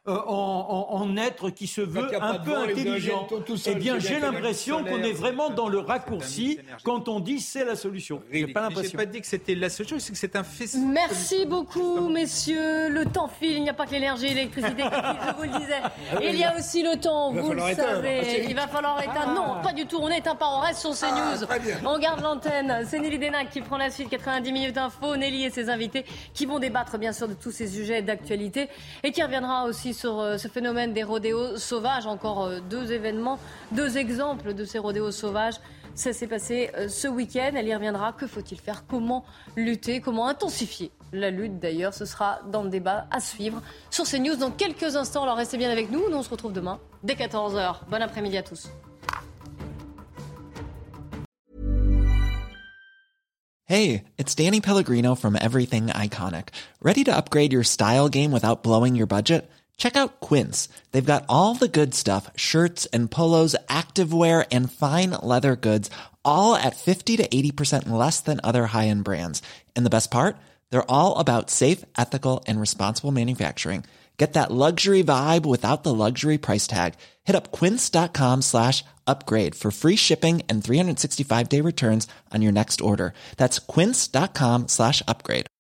en être qui se veut un peu intelligent. Eh bien, j'ai l'impression qu'on est vraiment dans le raccourci quand on dit c'est la solution. J'ai pas l'impression. Je n'ai pas dit que c'était la solution, c'est que c'est un faisceau. Merci beaucoup, messieurs. Le temps file, il n'y a pas que l'énergie et l'électricité qui file, je vous le disais. Il y a aussi le temps, vous le savez. Il va falloir éteindre. Non, pas du tout, on n'éteint pas, on reste sur CNews. On garde l'antenne. C'est Nelly Denac qui prend la suite, 90 minutes d'info. Nelly et ses invités qui vont débattre, bien sûr, de tous ces sujets d'actualité et qui reviendra aussi sur ce phénomène des rodéos sauvages. Encore deux exemples de ces rodéos sauvages. Ça s'est passé ce week-end. Elle y reviendra. Que faut-il faire ? Comment lutter ? Comment intensifier la lutte d'ailleurs ? Ce sera dans le débat à suivre sur CNews dans quelques instants. Alors restez bien avec nous. Nous, on se retrouve demain dès 14h. Bon après-midi à tous. Hey, it's Danny Pellegrino from Everything Iconic. Ready to upgrade your style game without blowing your budget? Check out Quince. They've got all the good stuff, shirts and polos, activewear, and fine leather goods, all at 50 to 80% less than other high-end brands. And the best part? They're all about safe, ethical, and responsible manufacturing. Get that luxury vibe without the luxury price tag. Hit up quince.com/upgrade for free shipping and 365-day returns on your next order. That's quince.com/upgrade.